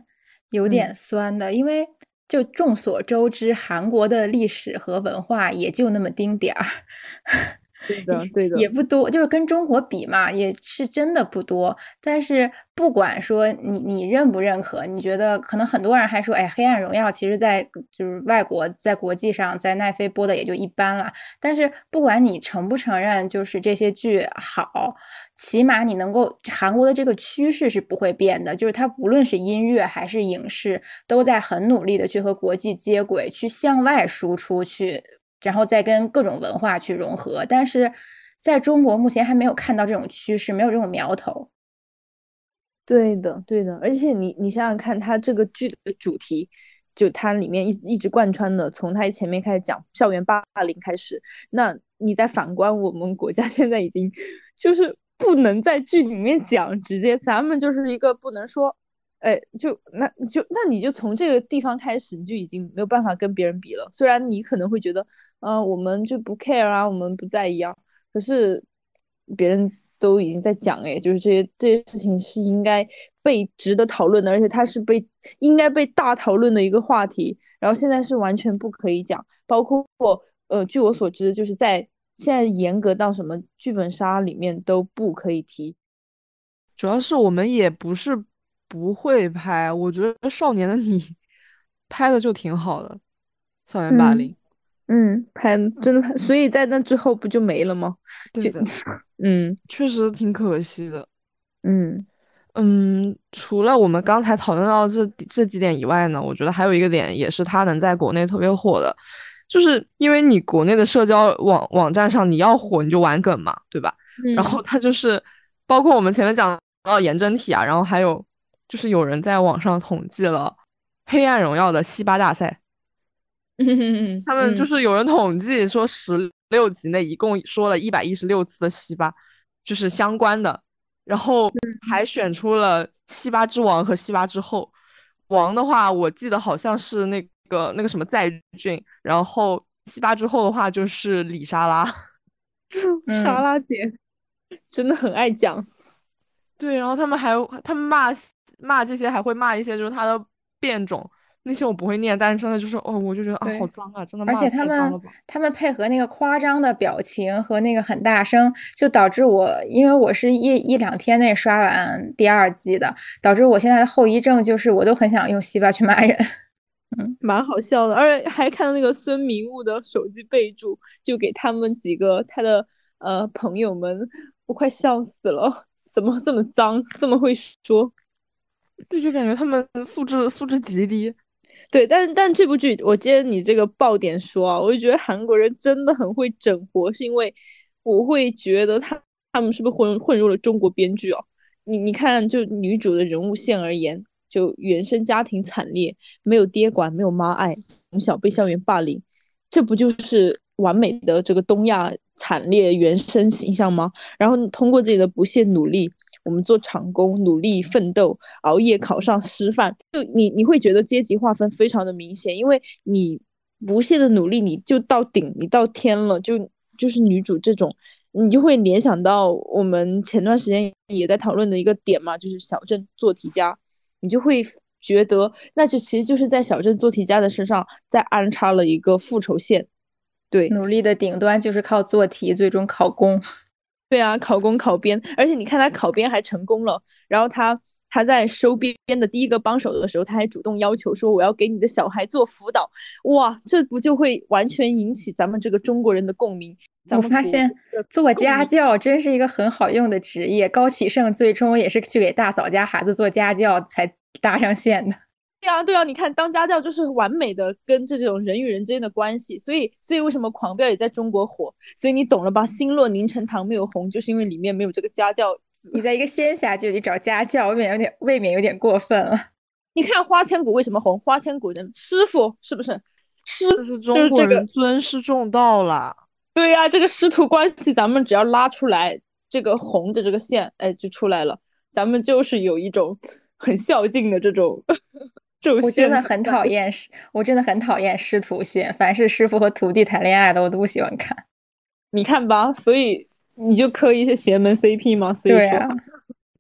有点酸的，因为就众所周知，韩国的历史和文化也就那么丁点儿。 对的，对的， 也不多，就是跟中国比嘛，也是真的不多。但是不管说你认不认可，你觉得可能很多人还说，哎，《黑暗荣耀》其实在就是外国在国际上在奈飞播的也就一般了。但是不管你承不承认，就是这些剧好，起码你能够韩国的这个趋势是不会变的，就是它无论是音乐还是影视，都在很努力的去和国际接轨，去向外输出去。然后再跟各种文化去融合，但是在中国目前还没有看到这种趋势，没有这种苗头。 对的，对的。而且你想想看，它这个剧的主题，就它里面一直贯穿的，从它前面开始讲校园霸凌开始，那你再反观我们国家现在已经就是不能在剧里面讲，直接咱们就是一个不能说。哎，那你就从这个地方开始，你就已经没有办法跟别人比了。虽然你可能会觉得，我们就不 care 啊，我们不在意啊，可是别人都已经在讲，哎，就是这些事情是应该被值得讨论的，而且它是应该被大讨论的一个话题。然后现在是完全不可以讲，包括据我所知，就是在现在严格到什么剧本杀里面都不可以提。 主要是我们也不是不会拍，我觉得《少年的你》拍的就挺好的，校园霸嗯。 凌。 真的所以在那之后不就没了吗？就， 对的， 嗯确实挺可惜的。 嗯除了我们刚才讨论到这几点以外呢，我觉得还有一个点也是它能在国内特别火的，就是因为你国内的社交网站上你要火你就玩梗嘛，对吧？然后嗯它就是包括我们前面讲到颜真体啊，然后还有就是有人在网上统计了《黑暗荣耀》的西巴大赛， 嗯嗯他们就嗯是有人统计说16集内一共说了116次的西巴，就是相关的，然后还选出了西巴之王和西巴之后。王的话，我记得好像是那个什么在俊，然后西巴之后的话就是李莎拉。 嗯， 莎拉姐真的很爱讲。 对，然后他们骂这些还会骂一些就是他的变种，那些我不会念，但是真的就是我就觉得啊好对。 脏啊，真的而骂的且他们太脏了吧。 他们配合那个夸张的表情和那个很大声，就导致我，因为我是一两天内刷完第二季的，导致我现在的后遗症就是我都很想用西巴去骂人。 蛮好笑的，而且还看到那个孙明悟的手机备注，就给他们几个他的朋友们，我快笑死了，怎么这么脏，这么会说？ 对，就感觉他们素质极低。 对，但这部剧，我接你这个爆点说啊，我就觉得韩国人真的很会整活，是因为我会觉得他们是不是混入了中国编剧啊？你看，就女主的人物线而言，就原生家庭惨烈，没有爹管，没有妈爱，从小被校园霸凌，这不就是完美的这个东亚惨烈原生形象吗？然后通过自己的不懈努力。我们做厂工，努力奋斗，熬夜考上师范，就你会觉得阶级划分非常的明显，因为你不懈的努力，你就到顶，你到天了，就是女主这种，你就会联想到我们前段时间也在讨论的一个点嘛，就是小镇做题家，你就会觉得，那就其实就是在小镇做题家的身上再安插了一个复仇线，对。 努力的顶端就是靠做题，最终考公。 对啊，考公考编，而且你看他考编还成功了，然后他在收编的第一个帮手的时候，他还主动要求说我要给你的小孩做辅导，哇，这不就会完全引起咱们这个中国人的共鸣？ 我发现做家教真是一个很好用的职业，高启盛最终也是去给大嫂家孩子做家教才搭上线的。 对啊，对啊，你看当家教就是完美的跟这种人与人之间的关系，所以为什么狂飙也在中国火？所以你懂了吧？星落凝成糖没有红，就是因为里面没有这个家教。 你在一个仙侠剧里找家教，未免有点过分了。 你看花千骨为什么红？花千骨的师傅是不是？ 这是中国人尊师重道啦。 对呀，这个师徒关系，咱们只要拉出来，这个红的这个线，哎，就出来了。咱们就是有一种很孝敬的这种我真的很讨厌师徒线，凡是师傅和徒弟谈恋爱的，我都不喜欢看。 你看吧，所以你就磕一些邪门 CP 嘛。所以说， 对啊，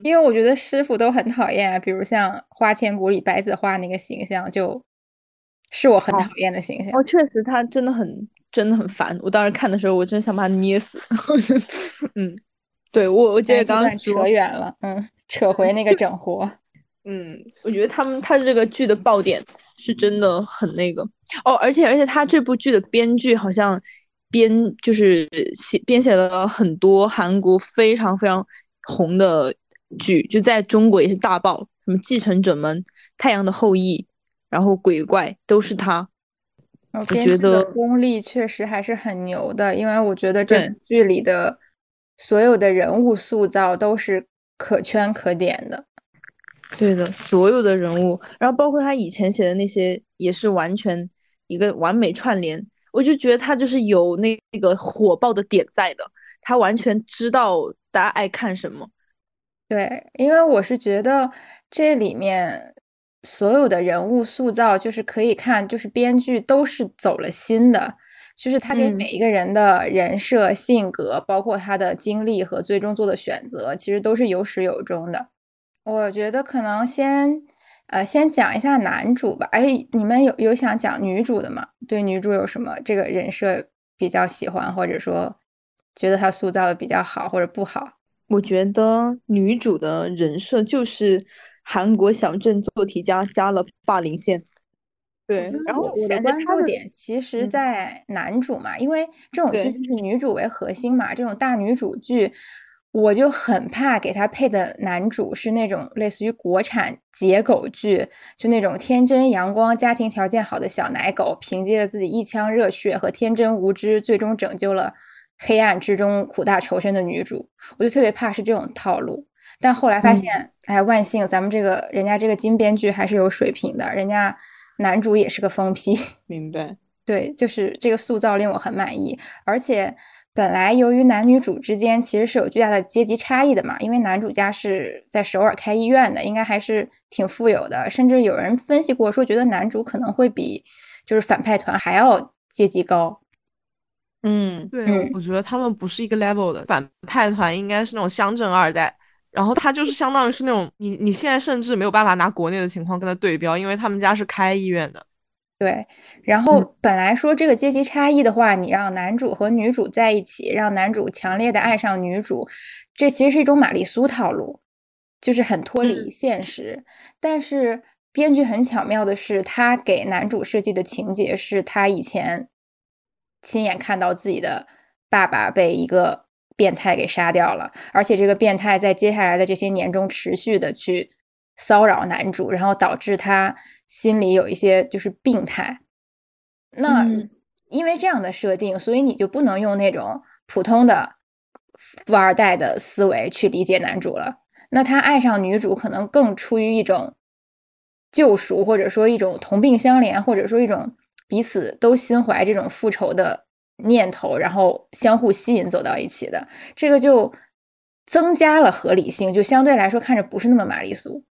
因为我觉得师傅都很讨厌啊，比如像《花千骨》里白子画那个形象，就是我很讨厌的形象。 哦，确实他真的很烦。我当时看的时候，我真想把他捏死。嗯，对，我接哎， 着刚刚这段扯说， 远了，扯回那个整活。 我觉得他这个剧的爆点是真的很那个哦，而且他这部剧的编剧好像就是编写了很多韩国非常非常红的剧，就在中国也是大爆，什么《继承者们》《太阳的后裔》，然后《鬼怪》都是他。我编剧的觉得功力确实还是很牛的，因为我觉得这部对剧里的所有的人物塑造都是可圈可点的。 对的，所有的人物，然后包括他以前写的那些，也是完全一个完美串联。我就觉得他就是有那个火爆的点在的，他完全知道大家爱看什么。 对，因为我是觉得这里面所有的人物塑造，就是可以看，就是编剧都是走了心的，就是他给每嗯一个人的人设、性格，包括他的经历和最终做的选择，其实都是有始有终的。我觉得可能先讲一下男主吧。哎，你们有想讲女主的吗？对女主有什么这个人设比较喜欢，或者说觉得她塑造的比较好或者不好？ 我觉得女主的人设就是韩国小镇做题家加了霸凌线。对， 因为然后我的感觉她的关注点其实嗯， 在男主嘛，因为这种剧对， 就是女主为核心嘛，这种大女主剧，我就很怕给他配的男主是那种类似于国产解狗剧，就那种天真阳光、家庭条件好的小奶狗，凭借着自己一腔热血和天真无知，最终拯救了黑暗之中苦大仇深的女主，我就特别怕是这种套路。但后来发嗯， 现，哎，万幸咱们人家这个金编剧还是有水平的，人家男主也是个疯批。 明白。 对，就是这个塑造令我很满意，而且本来由于男女主之间其实是有巨大的阶级差异的嘛，因为男主家是在首尔开医院的，应该还是挺富有的，甚至有人分析过说，觉得男主可能会比就是反派团还要阶级高。 嗯对， 嗯， 我觉得他们不是一个 level 的，反派团应该是那种乡镇二代，然后他就是相当于是那种你现在甚至没有办法拿国内的情况跟他对标，因为他们家是开医院的。 对。然嗯后本来说这个阶级差异的话，你让男主和女主在一起，让男主强烈的爱上女主，这其实是一种玛丽苏套路，就是很脱离嗯现实。但是编剧很巧妙的是，他给男主设计的情节是他以前亲眼看到自己的爸爸被一个变态给杀掉了，而且这个变态在接下来的这些年中持续的去骚扰男主，然后导致他心里有一些就是病态。那嗯因为这样的设定，所以你就不能用那种普通的富二代的思维去理解男主了。那他爱上女主，可能更出于一种救赎，或者说一种同病相怜，或者说一种彼此都心怀这种复仇的念头，然后相互吸引走到一起的，这个就增加了合理性，就相对来说看着不是那么玛丽苏。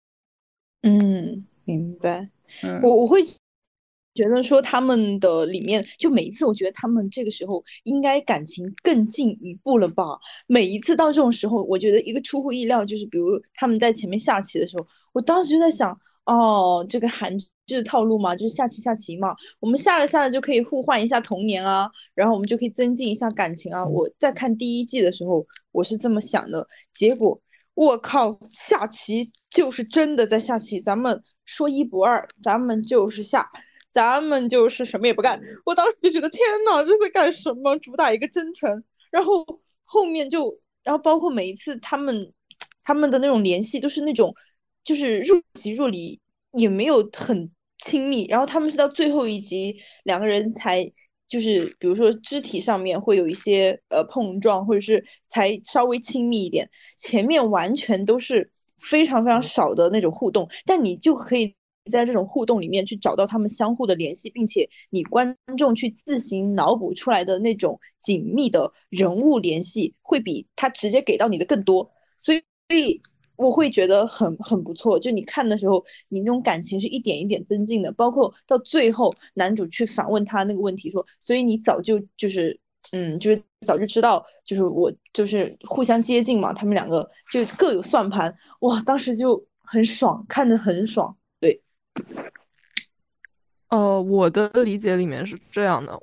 明白。 嗯。 我会觉得说他们的里面，就每一次我觉得他们这个时候应该感情更进一步了吧？每一次到这种时候，我觉得一个出乎意料，就是比如他们在前面下棋的时候，我当时就在想，哦，这个韩剧的套路嘛，就是下棋嘛，我们下着就可以互换一下童年啊，然后我们就可以增进一下感情啊。我在看第一季的时候，我是这么想的，结果。我靠，下棋就是真的在下棋，咱们说一不二，咱们就是下，咱们就是什么也不干。我当时就觉得天呐，这在干什么？主打一个真诚，然后后面就，然后包括每一次他们的那种联系都是那种，就是若即若离，也没有很亲密。然后他们是到最后一集，两个人才就是比如说肢体上面会有一些碰撞，或者是才稍微亲密一点。前面完全都是非常非常少的那种互动，但你就可以在这种互动里面去找到他们相互的联系，并且你观众去自行脑补出来的那种紧密的人物联系，会比他直接给到你的更多。所以我会觉得很不错，就你看的时候，你那种感情是一点一点增进的，包括到最后男主去反问他那个问题说，所以你早就是早就知道，就是我就是互相接近嘛，他们两个就各有算盘，哇，当时就很爽，看着很爽。对， 我的理解里面是这样的，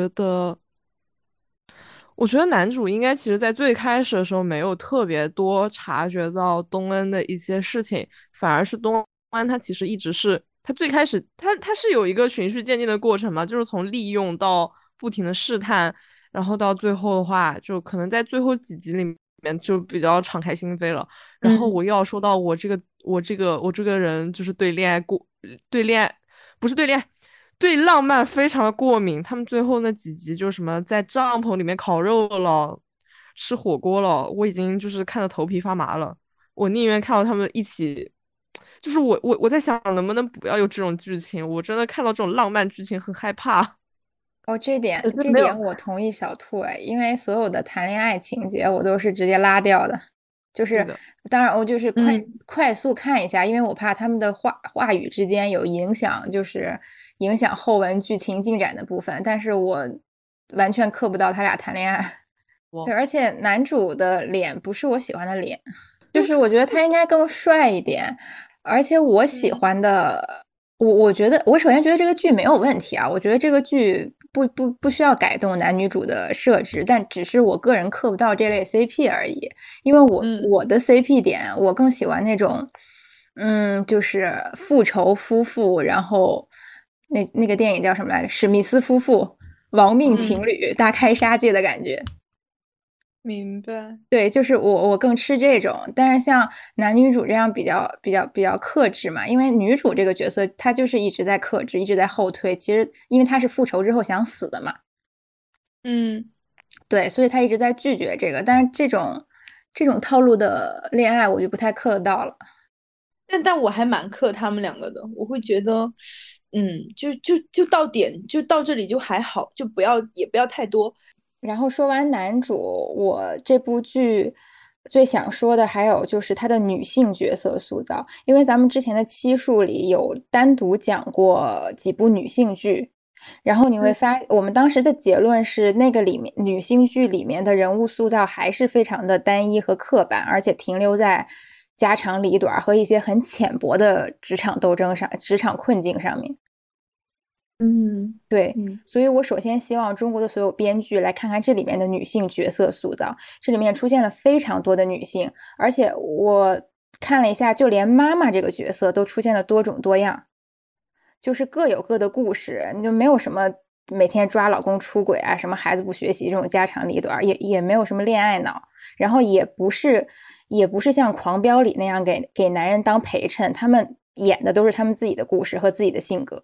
我觉得男主应该其实在最开始的时候没有特别多察觉到东恩的一些事情，反而是东恩他其实一直是他最开始他是有一个循序渐进的过程嘛，就是从利用到不停的试探，然后到最后的话，就可能在最后几集里面就比较敞开心扉了。然后我又要说到我这个人就是对恋爱不是对恋爱。对浪漫非常的过敏，他们最后那几集就什么在帐篷里面烤肉了，吃火锅了，我已经就是看得头皮发麻了。我宁愿看到他们一起，就是我在想能不能不要有这种剧情，我真的看到这种浪漫剧情很害怕。 哦，这点可是没有， 这点我同意小兔哎，因为所有的谈恋爱情节我都是直接拉掉的，就是对的， 当然我就是嗯快速看一下，因为我怕他们的话语之间有影响，就是影响后文剧情进展的部分，但是我完全磕不到他俩谈恋爱。对， 我而且男主的脸不是我喜欢的脸，就是我觉得他应该更帅一点，而且我喜嗯欢的，我觉得我首先觉得这个剧没有问题啊，我觉得这个剧不需要改动男女主的设置，但只是我个人磕不到这类 CP 而已，因为嗯我的 CP 点我更喜欢那种，就是复仇夫妇，然后那个电影叫什么来着？史密斯夫妇亡命情嗯， 侣大开杀戒的感觉。 明白。 对，就是我更吃这种，但是像男女主这样比较克制嘛，因为女主这个角色她就是一直在克制，一直在后退。其实因为她是复仇之后想死的嘛， 嗯， 对，所以她一直在拒绝这个。但是这种套路的恋爱，我就不太磕得到了。 但我还蛮克他们两个的，我会觉得，就到点，就到这里就还好，就也不要太多。 然后说完男主，我这部剧最想说的还有就是他的女性角色塑造，因为咱们之前的期数里有单独讲过几部女性剧，然后你会我们当时的结论是那个里面女性剧里面的人物塑造还是非常的单一和刻板，而且停留在家长里短和一些很浅薄的职场斗争上、职场困境上面。 嗯对， 嗯所以我首先希望中国的所有编剧来看看这里面的女性角色塑造，这里面出现了非常多的女性，而且我看了一下，就连妈妈这个角色都出现了多种多样，就是各有各的故事，就没有什么每天抓老公出轨啊，什么孩子不学习这种家长里短，也没有什么恋爱脑，然后也不是像《狂飙》里那样给男人当陪衬，他们演的都是他们自己的故事和自己的性格。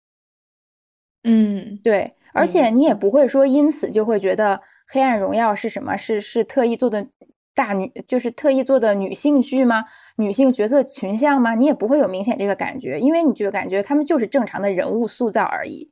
嗯， 对，而且你也不会说因此就会觉得《黑暗荣耀》是什么？是特意做的就是特意做的女性剧吗？女性角色群像吗？你也不会有明显这个感觉，因为你就感觉他们就是正常的人物塑造而已。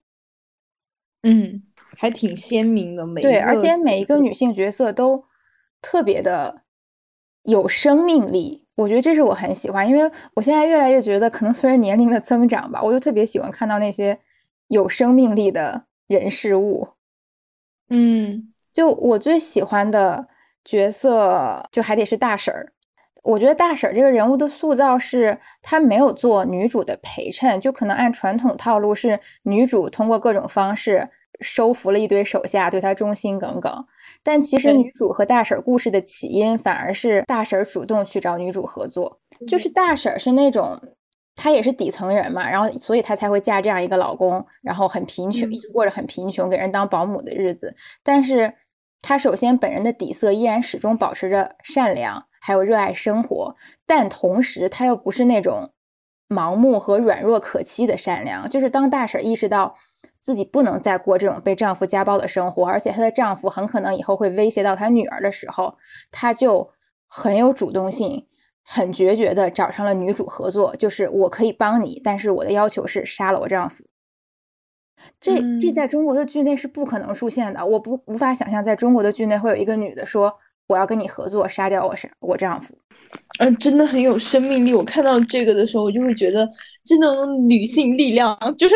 还挺鲜明的，每对， 一个而且每一个女性角色都特别的有生命力，我觉得这是我很喜欢，因为我现在越来越觉得，可能随着年龄的增长吧，我就特别喜欢看到那些有生命力的人事物。 嗯就我最喜欢的角色，就还得是大婶儿。我觉得大婶儿这个人物的塑造是，她没有做女主的陪衬，就可能按传统套路是女主通过各种方式收服了一堆手下，对她忠心耿耿。但其实对女主和大婶儿故事的起因，反而是大婶儿主动去找女主合作。就是大婶儿是那种，她也是底层人嘛，然后所以她才会嫁这样一个老公，然后很贫穷，一直过着很贫穷，给人当保姆的日子。但是她首先本人的底色依然始终保持着善良，还有热爱生活，但同时她又不是那种盲目和软弱可欺的善良。就是当大婶意识到自己不能再过这种被丈夫家暴的生活，而且她的丈夫很可能以后会威胁到她女儿的时候，她就很有主动性，很决绝的找上了女主合作，就是我可以帮你，但是我的要求是杀了我丈夫。这在中国的剧内是不可能出现的，我无法想象在中国的剧内会有一个女的说我要跟你合作杀掉我丈夫。 真的很有生命力。我看到这个的时候，我就会觉得，这种女性力量，就是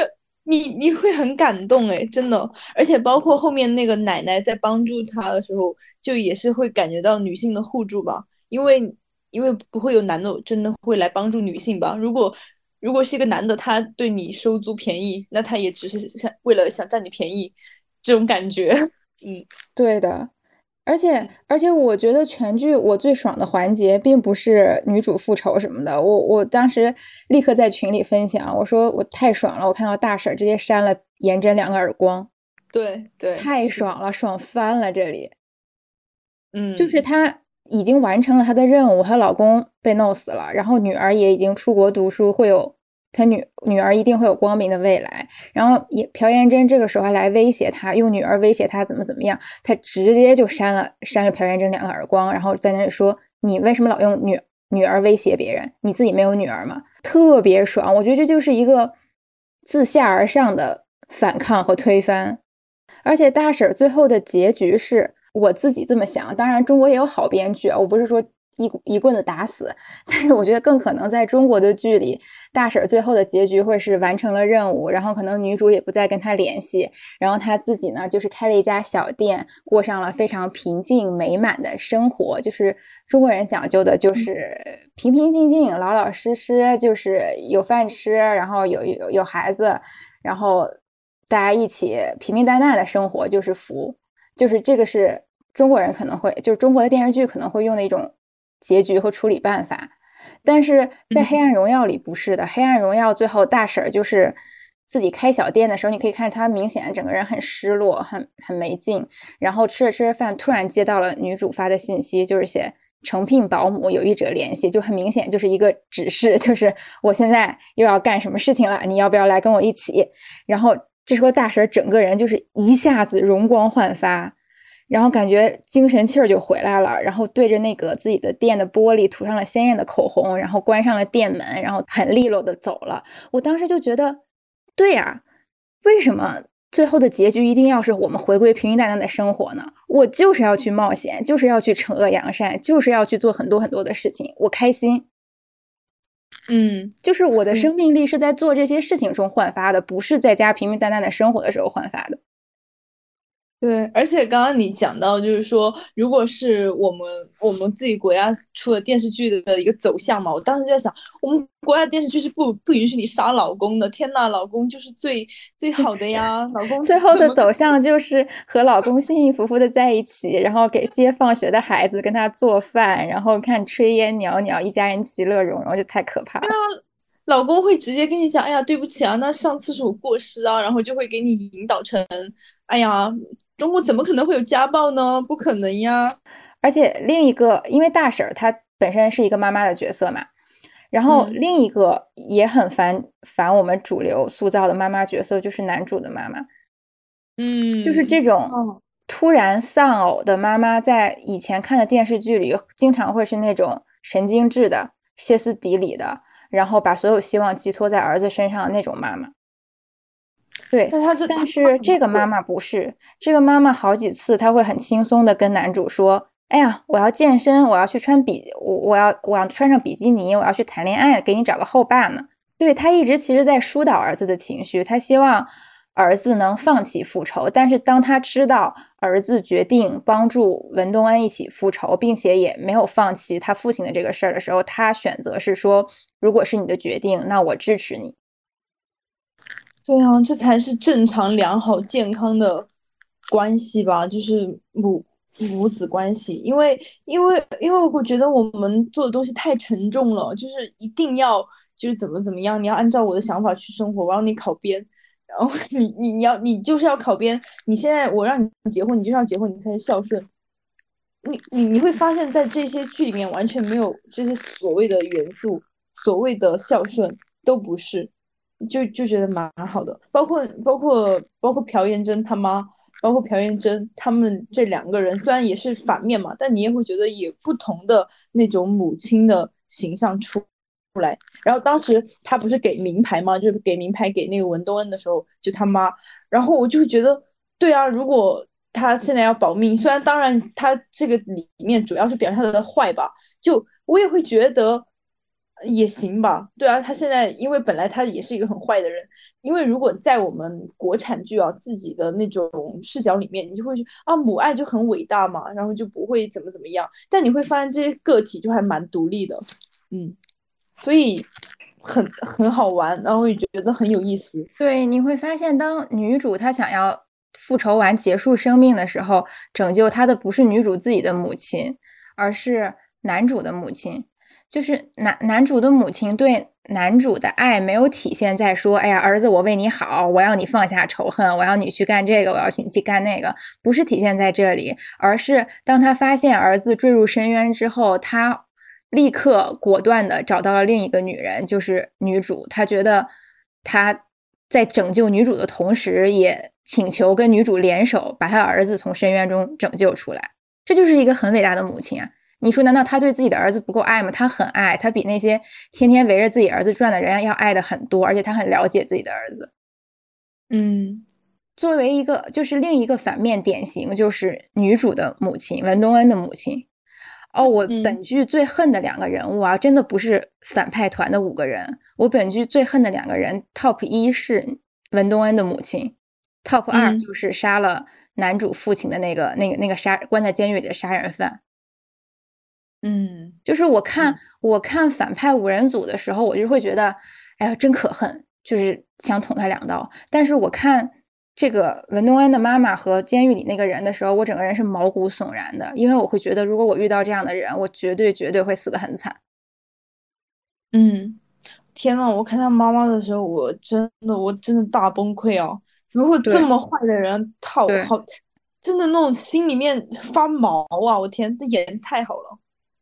你会很感动哎，真的，而且包括后面那个奶奶在帮助他的时候，就也是会感觉到女性的互助吧，因为不会有男的真的会来帮助女性吧？如果是一个男的，他对你收租便宜，那他也只是为了想占你便宜，这种感觉。嗯对的，而且我觉得全剧我最爽的环节并不是女主复仇什么的，我当时立刻在群里分享，我说我太爽了，我看到大婶直接扇了颜真2个耳光， 对对， 太爽了，爽翻了这里。就是嗯她已经完成了她的任务，她老公被弄死了，然后女儿也已经出国读书，会有她女儿一定会有光明的未来。然后朴妍珍这个时候还来威胁她，用女儿威胁她怎么样，她直接就扇了朴妍珍2个耳光，然后在那里说你为什么老用女儿威胁别人？你自己没有女儿吗？特别爽，我觉得这就是一个自下而上的反抗和推翻。而且大婶最后的结局是我自己这么想，当然中国也有好编剧啊，我不是说一棍子打死，但是我觉得更可能在中国的剧里，大婶最后的结局会是完成了任务，然后可能女主也不再跟他联系，然后他自己呢就是开了一家小店，过上了非常平静美满的生活，就是中国人讲究的就是平平静静、老老实实，就是有饭吃，然后有孩子，然后大家一起平平淡淡的生活就是福，就是这个是中国人可能会，就是中国的电视剧可能会用的一种结局和处理办法。但是在《 嗯黑暗荣耀》里不是的，《黑暗荣耀》最后大婶就是自己开小店的时候，你可以看她明显整个人很失落，很没劲。然后吃着饭，突然接到了女主发的信息，就是写诚聘保姆，有意者联系，就很明显就是一个指示，就是我现在又要干什么事情了，你要不要来跟我一起？然后这时候大婶整个人就是一下子容光焕发，然后感觉精神气儿就回来了，然后对着那个自己的店的玻璃涂上了鲜艳的口红，然后关上了店门，然后很利落的走了。我当时就觉得，对呀，为什么最后的结局一定要是我们回归平平淡淡的生活呢？我就是要去冒险，就是要去惩恶扬善，就是要去做很多很多的事情，我开心。就是我的生命力是在做这些事情中焕发的，不是在家平平淡淡的生活的时候焕发的。 对，而且刚刚你讲到，就是说，如果是我们自己国家出的电视剧的一个走向嘛，我当时就在想，我们国家电视剧是不允许你杀老公的。天呐，老公就是最好的呀，老公最后的怎么走向就是和老公幸幸福福的在一起，然后给接放学的孩子跟他做饭，然后看炊烟袅袅，一家人其乐融融，就太可怕了。 老公会直接跟你讲，哎呀，对不起啊，那上次是我过失啊，然后就会给你引导成，哎呀，中国怎么可能会有家暴呢？不可能呀。 而且另一个，因为大婶她本身是一个妈妈的角色嘛，然后另一个也很反我们主流塑造的妈妈角色，就是男主的妈妈。就是这种突然丧偶的妈妈，在以前看的电视剧里，经常会是那种神经质的、歇斯底里的，然后把所有希望寄托在儿子身上的那种妈妈。对，但是这个妈妈不是，这个妈妈好几次她会很轻松的跟男主说：“哎呀，我要健身，我要去我要穿上比基尼，我要去谈恋爱，给你找个后爸呢。”对，她一直其实在疏导儿子的情绪，她希望儿子能放弃复仇，但是当他知道儿子决定帮助文东恩一起复仇，并且也没有放弃他父亲的这个事儿的时候，他选择是说：“如果是你的决定，那我支持你。” 对啊，这才是正常、良好、健康的关系吧，就是母子关系。因为我觉得我们做的东西太沉重了，就是一定要就是怎么样，你要按照我的想法去生活，我让你考编，然后你就是要考编，你现在我让你结婚，你就是要结婚，你才是孝顺。你会发现在这些剧里面完全没有这些所谓的元素，所谓的孝顺都不是。就觉得蛮好的，包括朴妍珍他妈，包括朴妍珍他们这两个人，虽然也是反面嘛，但你也会觉得有不同的那种母亲的形象出来。然后当时他不是给名牌嘛，就是给名牌给那个文东恩的时候，就他妈，然后我就会觉得，对啊，如果他现在要保命，虽然当然他这个里面主要是表现他的坏吧，就我也会觉得。 也行吧。对啊，他现在因为本来他也是一个很坏的人，因为如果在我们国产剧啊自己的那种视角里面，你就会觉得啊母爱就很伟大嘛，然后就不会怎么样。但你会发现这些个体就还蛮独立的，嗯，所以很好玩，然后也觉得很有意思。 对，你会发现，当女主她想要复仇完结束生命的时候，拯救她的不是女主自己的母亲，而是男主的母亲。就是男主的母亲对男主的爱没有体现在说，哎呀，儿子，我为你好，我要你放下仇恨，我要你去干这个，我要你去干那个，不是体现在这里，而是当他发现儿子坠入深渊之后，他立刻果断的找到了另一个女人，就是女主。他觉得他在拯救女主的同时，也请求跟女主联手，把他儿子从深渊中拯救出来。这就是一个很伟大的母亲啊！你说，难道他对自己的儿子不够爱吗？他很爱，他比那些天天围着自己儿子转的人要爱的很多，而且他很了解自己的儿子。 嗯作为一个，就是另一个反面典型，就是女主的母亲文东恩的母亲。哦，我本剧最恨的两个人物啊，真的不是反派团的5个人。我本剧最恨的2个人，Top 1是文东恩的母亲，Top 2就是杀了男主父亲的那个关在监狱里的杀人犯。就是我看反派5人组的时候，我就会觉得，哎呀，真可恨，就是想捅他2刀。但是我看这个文东恩的妈妈和监狱里那个人的时候，我整个人是毛骨悚然的，因为我会觉得，如果我遇到这样的人，我绝对会死得很惨。 天呐，我看他妈妈的时候，我真的大崩溃啊！怎么会这么坏的人？好，真的那种心里面发毛啊！我天，这演太好了。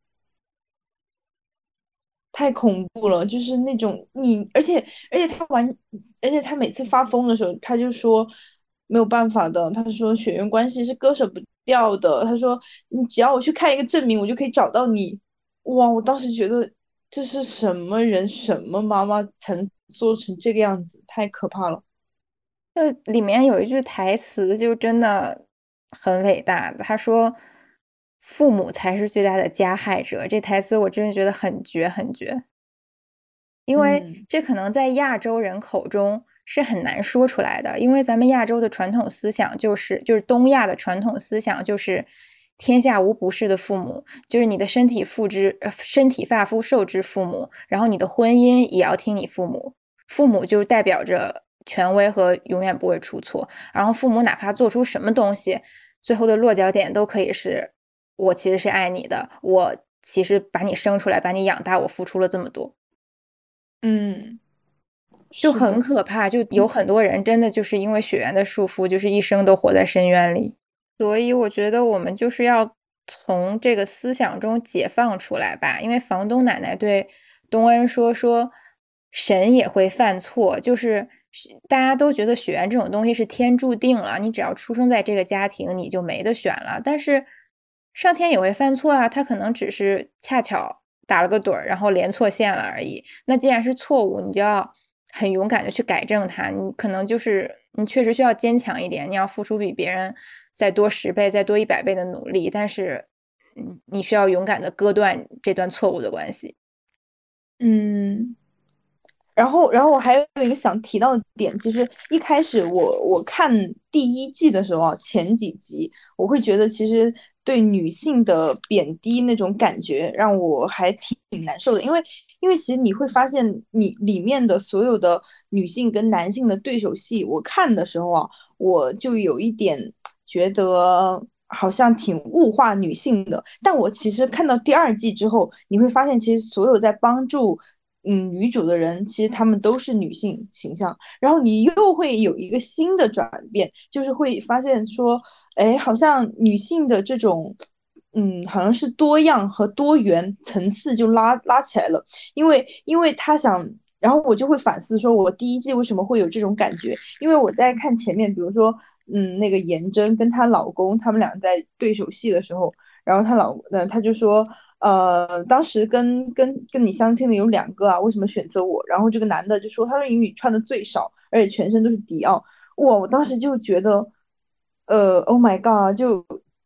太恐怖了，就是那种你，而且他每次发疯的时候，他就说没有办法的，他说血缘关系是割舍不掉的，他说你只要我去看一个证明，我就可以找到你。哇，我当时觉得这是什么人什么妈妈才能做成这个样子，太可怕了。 里面有一句台词就真的很伟大，他说父母才是最大的加害者，这台词我真的觉得很绝很绝。因为这可能在亚洲人口中是很难说出来的，因为咱们亚洲的传统思想就是东亚的传统思想就是天下无不是的父母，就是你的身体发肤受之父母，然后你的婚姻也要听你父母，父母就代表着权威和永远不会出错，然后父母哪怕做出什么东西，最后的落脚点都可以是我其实是爱你的，我其实把你生出来，把你养大，我付出了这么多。就很可怕，就有很多人真的就是因为血缘的束缚，就是一生都活在深渊里。所以我觉得我们就是要从这个思想中解放出来吧。因为房东奶奶对东恩说神也会犯错，就是大家都觉得血缘这种东西是天注定了，你只要出生在这个家庭，你就没得选了。但是上天也会犯错啊，他可能只是恰巧打了个盹儿，然后连错线了而已。那既然是错误，你就要很勇敢的去改正它。你可能就是你确实需要坚强一点，你要付出比别人再多10倍、再多100倍的努力，但是你需要勇敢的割断这段错误的关系。 然后我还有一个想提到的点，其实一开始我看第1季的时候啊，前几集我会觉得其实对女性的贬低那种感觉让我还挺难受的，因为其实你会发现你里面的所有的女性跟男性的对手戏，我看的时候啊，我就有一点觉得好像挺物化女性的，但我其实看到第2季之后，你会发现其实所有在帮助女主的人，其实她们都是女性形象，然后你又会有一个新的转变，就是会发现说，哎，好像女性的这种。好像是多样和多元层次就拉起来了，因为他想，然后我就会反思说，我第1季为什么会有这种感觉？因为我在看前面，比如说，那个颜真跟她老公他们俩在对手戏的时候，然后他就说，当时跟你相亲的有2个啊，为什么选择我？然后这个男的就说，他说因为你穿的最少，而且全身都是迪奥，哇，我当时就觉得，Oh my god，就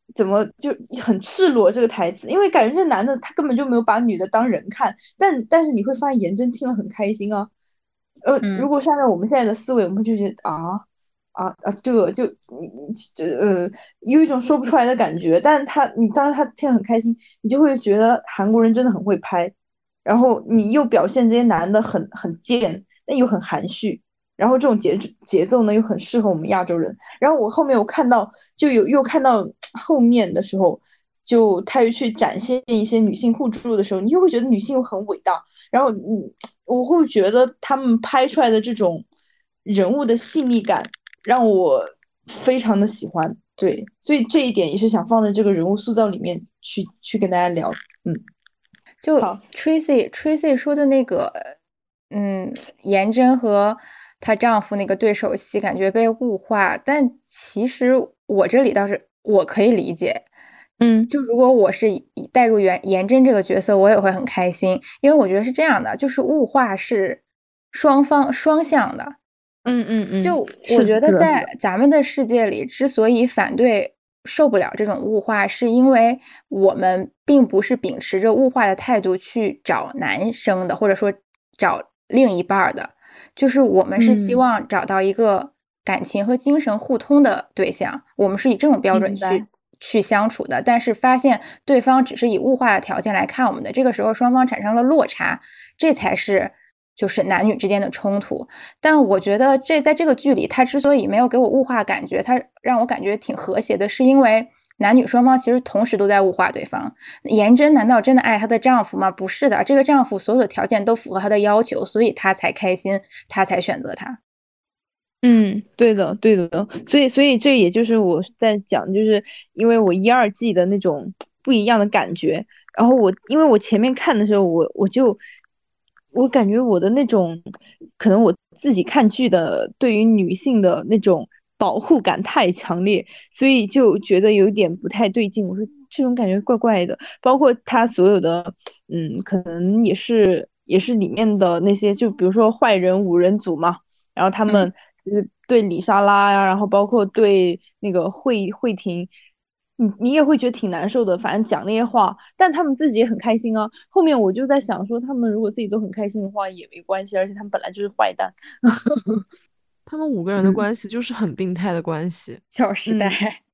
怎么就很赤裸这个台词，因为感觉这男的他根本就没有把女的当人看，但是你会发现颜真听了很开心啊。如果是按照我们现在的思维，我们就觉得这就有一种说不出来的感觉，但是你当时他听了很开心，你就会觉得韩国人真的很会拍，然后你又表现这些男的很贱，但又很含蓄，然后这种节奏呢又很适合我们亚洲人。然后我后面我看到又看到后面的时候，就他又去展现一些女性互助的时候，你又会觉得女性又很伟大，然后我会觉得他们拍出来的这种人物的细腻感让我非常的喜欢。对，所以这一点也是想放在这个人物塑造里面去跟大家聊。 就好 Tracy 说的那个，颜真和她丈夫那个对手戏感觉被物化，但其实我这里倒是我可以理解，就如果我是带入颜真这个角色，我也会很开心，因为我觉得是这样的，就是物化是双向的。就我觉得在咱们的世界里，之所以反对受不了这种物化，是因为我们并不是秉持着物化的态度去找男生的，或者说找另一半的，就是我们是希望找到一个感情和精神互通的对象，我们是以这种标准去相处的，但是发现对方只是以物化的条件来看我们的，这个时候双方产生了落差，这才是就是男女之间的冲突。但我觉得在这个剧里，他之所以没有给我物化感觉，他让我感觉挺和谐的，是因为男女双方其实同时都在物化对方。颜真难道真的爱她的丈夫吗？不是的，这个丈夫所有的条件都符合她的要求，所以她才开心，她才选择他。 对的，所以这也就是我在讲，就是因为我1、2季的那种不一样的感觉，然后因为我前面看的时候，我感觉我的那种，可能我自己看剧的对于女性的那种保护感太强烈，所以就觉得有点不太对劲。我说这种感觉怪怪的，包括他所有的，可能也是里面的那些，就比如说坏人5人组嘛。然后他们就是对李莎拉呀，然后包括对那个慧婷，你也会觉得挺难受的。反正讲那些话，但他们自己也很开心啊。后面我就在想说，他们如果自己都很开心的话也没关系，而且他们本来就是坏蛋。 他们5个人的关系就是很病态的关系。 小时代，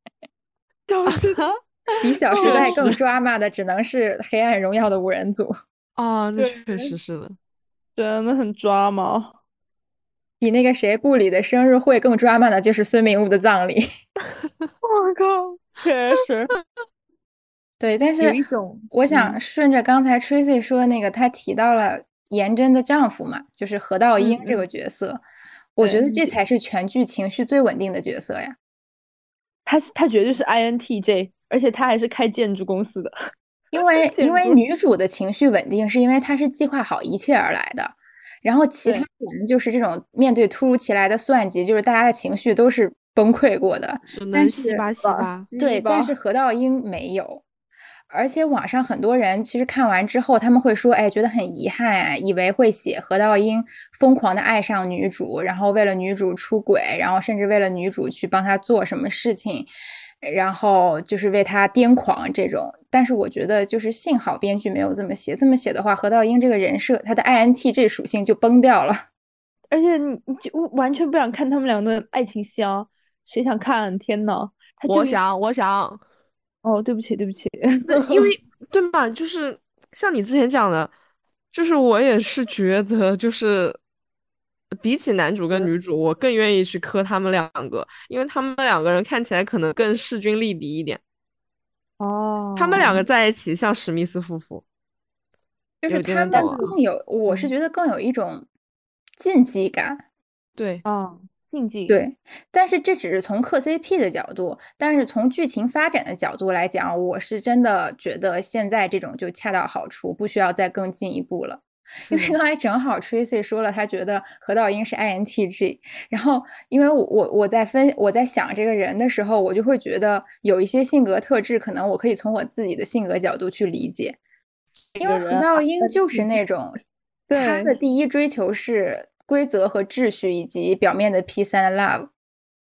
比小时代更抓马的只能是黑暗荣耀的5人组啊，那确实是的， 真的很抓马。 比那个谁顾里的生日会更抓马的就是孙明悟的葬礼。 我靠，确实。 对，但是我想顺着刚才 Tracy 说的那个，他提到了颜真的丈夫嘛，就是何道英这个角色，我觉得这才是全剧情绪最稳定的角色呀。 他绝对是 INTJ， 而且他还是开建筑公司的。 因为女主的情绪稳定，是因为她是计划好一切而来的，然后其他人就是这种面对突如其来的算计，就是大家的情绪都是崩溃过的， 只能稀巴稀巴。 对，但是何道英没有。而且网上很多人其实看完之后，他们会说，哎，觉得很遗憾啊，以为会写何道英疯狂的爱上女主，然后为了女主出轨，然后甚至为了女主去帮他做什么事情，然后就是为他癫狂这种。但是我觉得就是幸好编剧没有这么写，这么写的话，何道英这个人设他的 INTJ 属性就崩掉了。 而且你就完全不想看他们俩的爱情戏啊，谁想看？天呐， 我想。 哦，对不起。 因为对吧，就是像你之前讲的，就是我也是觉得，就是比起男主跟女主，我更愿意去磕他们2个，因为他们2个人看起来可能更势均力敌一点。他们2个在一起像史密斯夫妇， 就是他们更有，我是觉得更有一种禁忌感。 对禁忌。 对，但是这只是从磕 CP 的角度，但是从剧情发展的角度来讲，我是真的觉得现在这种就恰到好处，不需要再更进一步了。因为刚才正好 Tracy 说了，他觉得何道英是 INTJ， 然后因为我在想这个人的时候，我就会觉得有一些性格特质，可能我可以从我自己的性格角度去理解，因为何道英就是那种他的第一追求是规则和秩序以及表面的 peace and love，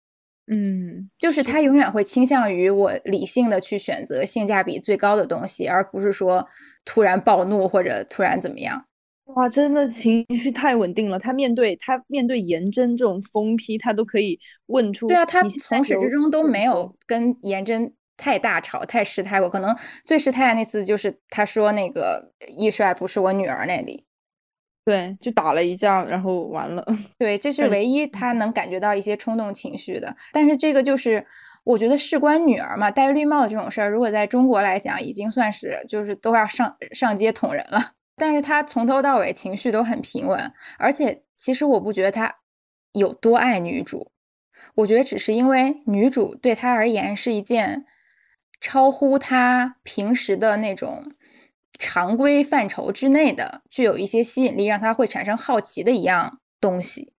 就是他永远会倾向于我理性的去选择性价比最高的东西，而不是说突然暴怒或者突然怎么样。 哇，真的情绪太稳定了。他面对颜真这种疯批，他都可以问出。 对啊，他你现在从始至有终都没这么多有跟颜真太大吵、太失态过。可能最失态的那次就是他说那个易帅不是我女儿那里。 对，就打了一架，然后完了。 对，这是唯一他能感觉到一些冲动情绪的。但是这个就是我觉得事关女儿嘛，戴绿帽的这种事儿，如果在中国来讲，已经算是就是都要上街捅人了。但是他从头到尾情绪都很平稳，而且其实我不觉得他有多爱女主，我觉得只是因为女主对他而言是一件超乎他平时的那种常规范畴之内的，具有一些吸引力，让他会产生好奇的一样东西。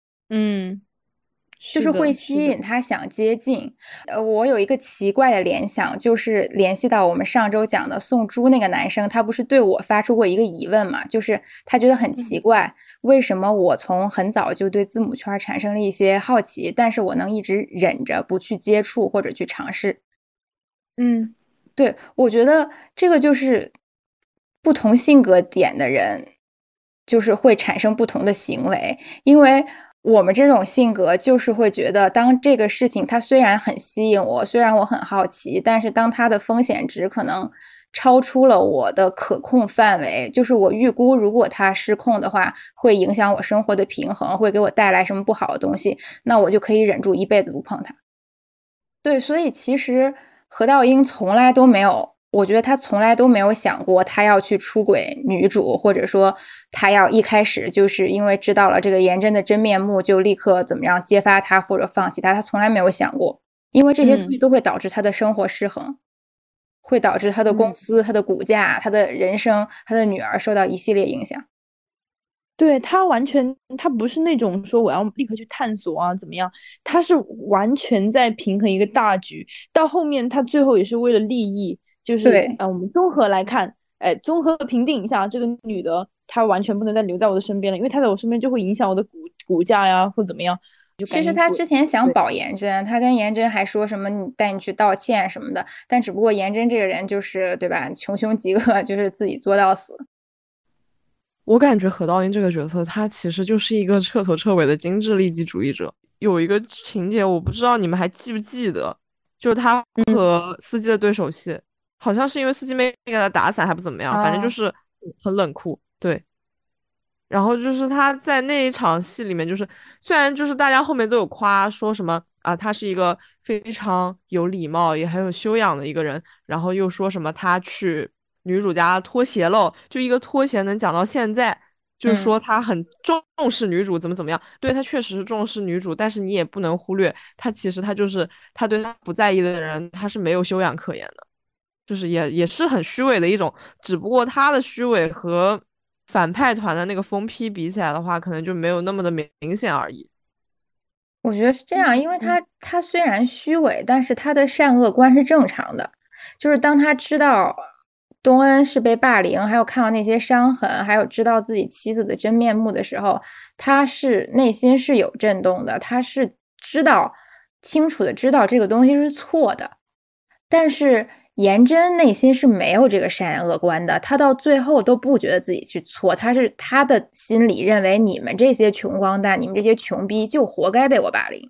就是会吸引他想接近。我有一个奇怪的联想，就是联系到我们上周讲的宋朱那个男生，他不是对我发出过一个疑问嘛？就是他觉得很奇怪，为什么我从很早就对字母圈产生了一些好奇，但是我能一直忍着不去接触或者去尝试。对，我觉得这个就是不同性格点的人，就是会产生不同的行为，因为我们这种性格就是会觉得，当这个事情它虽然很吸引我，虽然我很好奇，但是当它的风险值可能超出了我的可控范围，就是我预估如果它失控的话，会影响我生活的平衡，会给我带来什么不好的东西，那我就可以忍住一辈子不碰它。对，所以其实何道英从来都没有，我觉得他从来都没有想过他要去出轨女主，或者说他要一开始就是因为知道了这个颜真的真面目，就立刻怎么样揭发他或者放弃他，他从来没有想过，因为这些东西都会导致他的生活失衡，会导致他的公司、他的股价、他的人生、他的女儿受到一系列影响。 对，他完全，他不是那种说我要立刻去探索啊怎么样，他是完全在平衡一个大局。到后面他最后也是为了利益，就是我们综合来看，综合评定一下这个女的，她完全不能再留在我的身边了，因为她在我身边就会影响我的股价呀，或怎么样。 其实他之前想保颜真，他跟颜真还说什么带你去道歉什么的，但只不过颜真这个人就是对吧，穷凶极恶，就是自己作到死。 我感觉何道英这个角色，他其实就是一个彻头彻尾的精致利己主义者。有一个情节，我不知道你们还记不记得，就是他和司机的对手戏，好像是因为司机没给他打伞，还不怎么样，反正就是很冷酷。对，然后就是他在那一场戏里面，就是虽然就是大家后面都有夸说什么啊，他是一个非常有礼貌也很有修养的一个人，然后又说什么他去女主家脱鞋喽，就一个脱鞋能讲到现在，就是说他很重视女主怎么怎么样，对，他确实是重视女主，但是你也不能忽略他其实他就是他对他不在意的人，他是没有修养可言的，就是也是很虚伪的一种，只不过他的虚伪和反派团的那个疯批比起来的话，可能就没有那么的明显而已。 我觉得是这样，因为他虽然虚伪，但是他的善恶观是正常的。就是当他知道东恩是被霸凌，还有看到那些伤痕，还有知道自己妻子的真面目的时候，他是内心是有震动的，他是清楚的知道这个东西是错的，但是颜真内心是没有这个善恶观的，他到最后都不觉得自己是错，他的心里认为你们这些穷光蛋，你们这些穷逼就活该被我霸凌。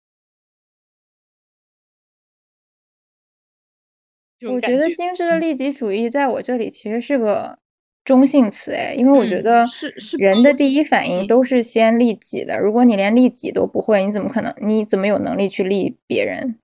我觉得精致的利己主义在我这里其实是个中性词，因为我觉得人的第一反应都是先利己的，如果你连利己都不会，你怎么有能力去利别人？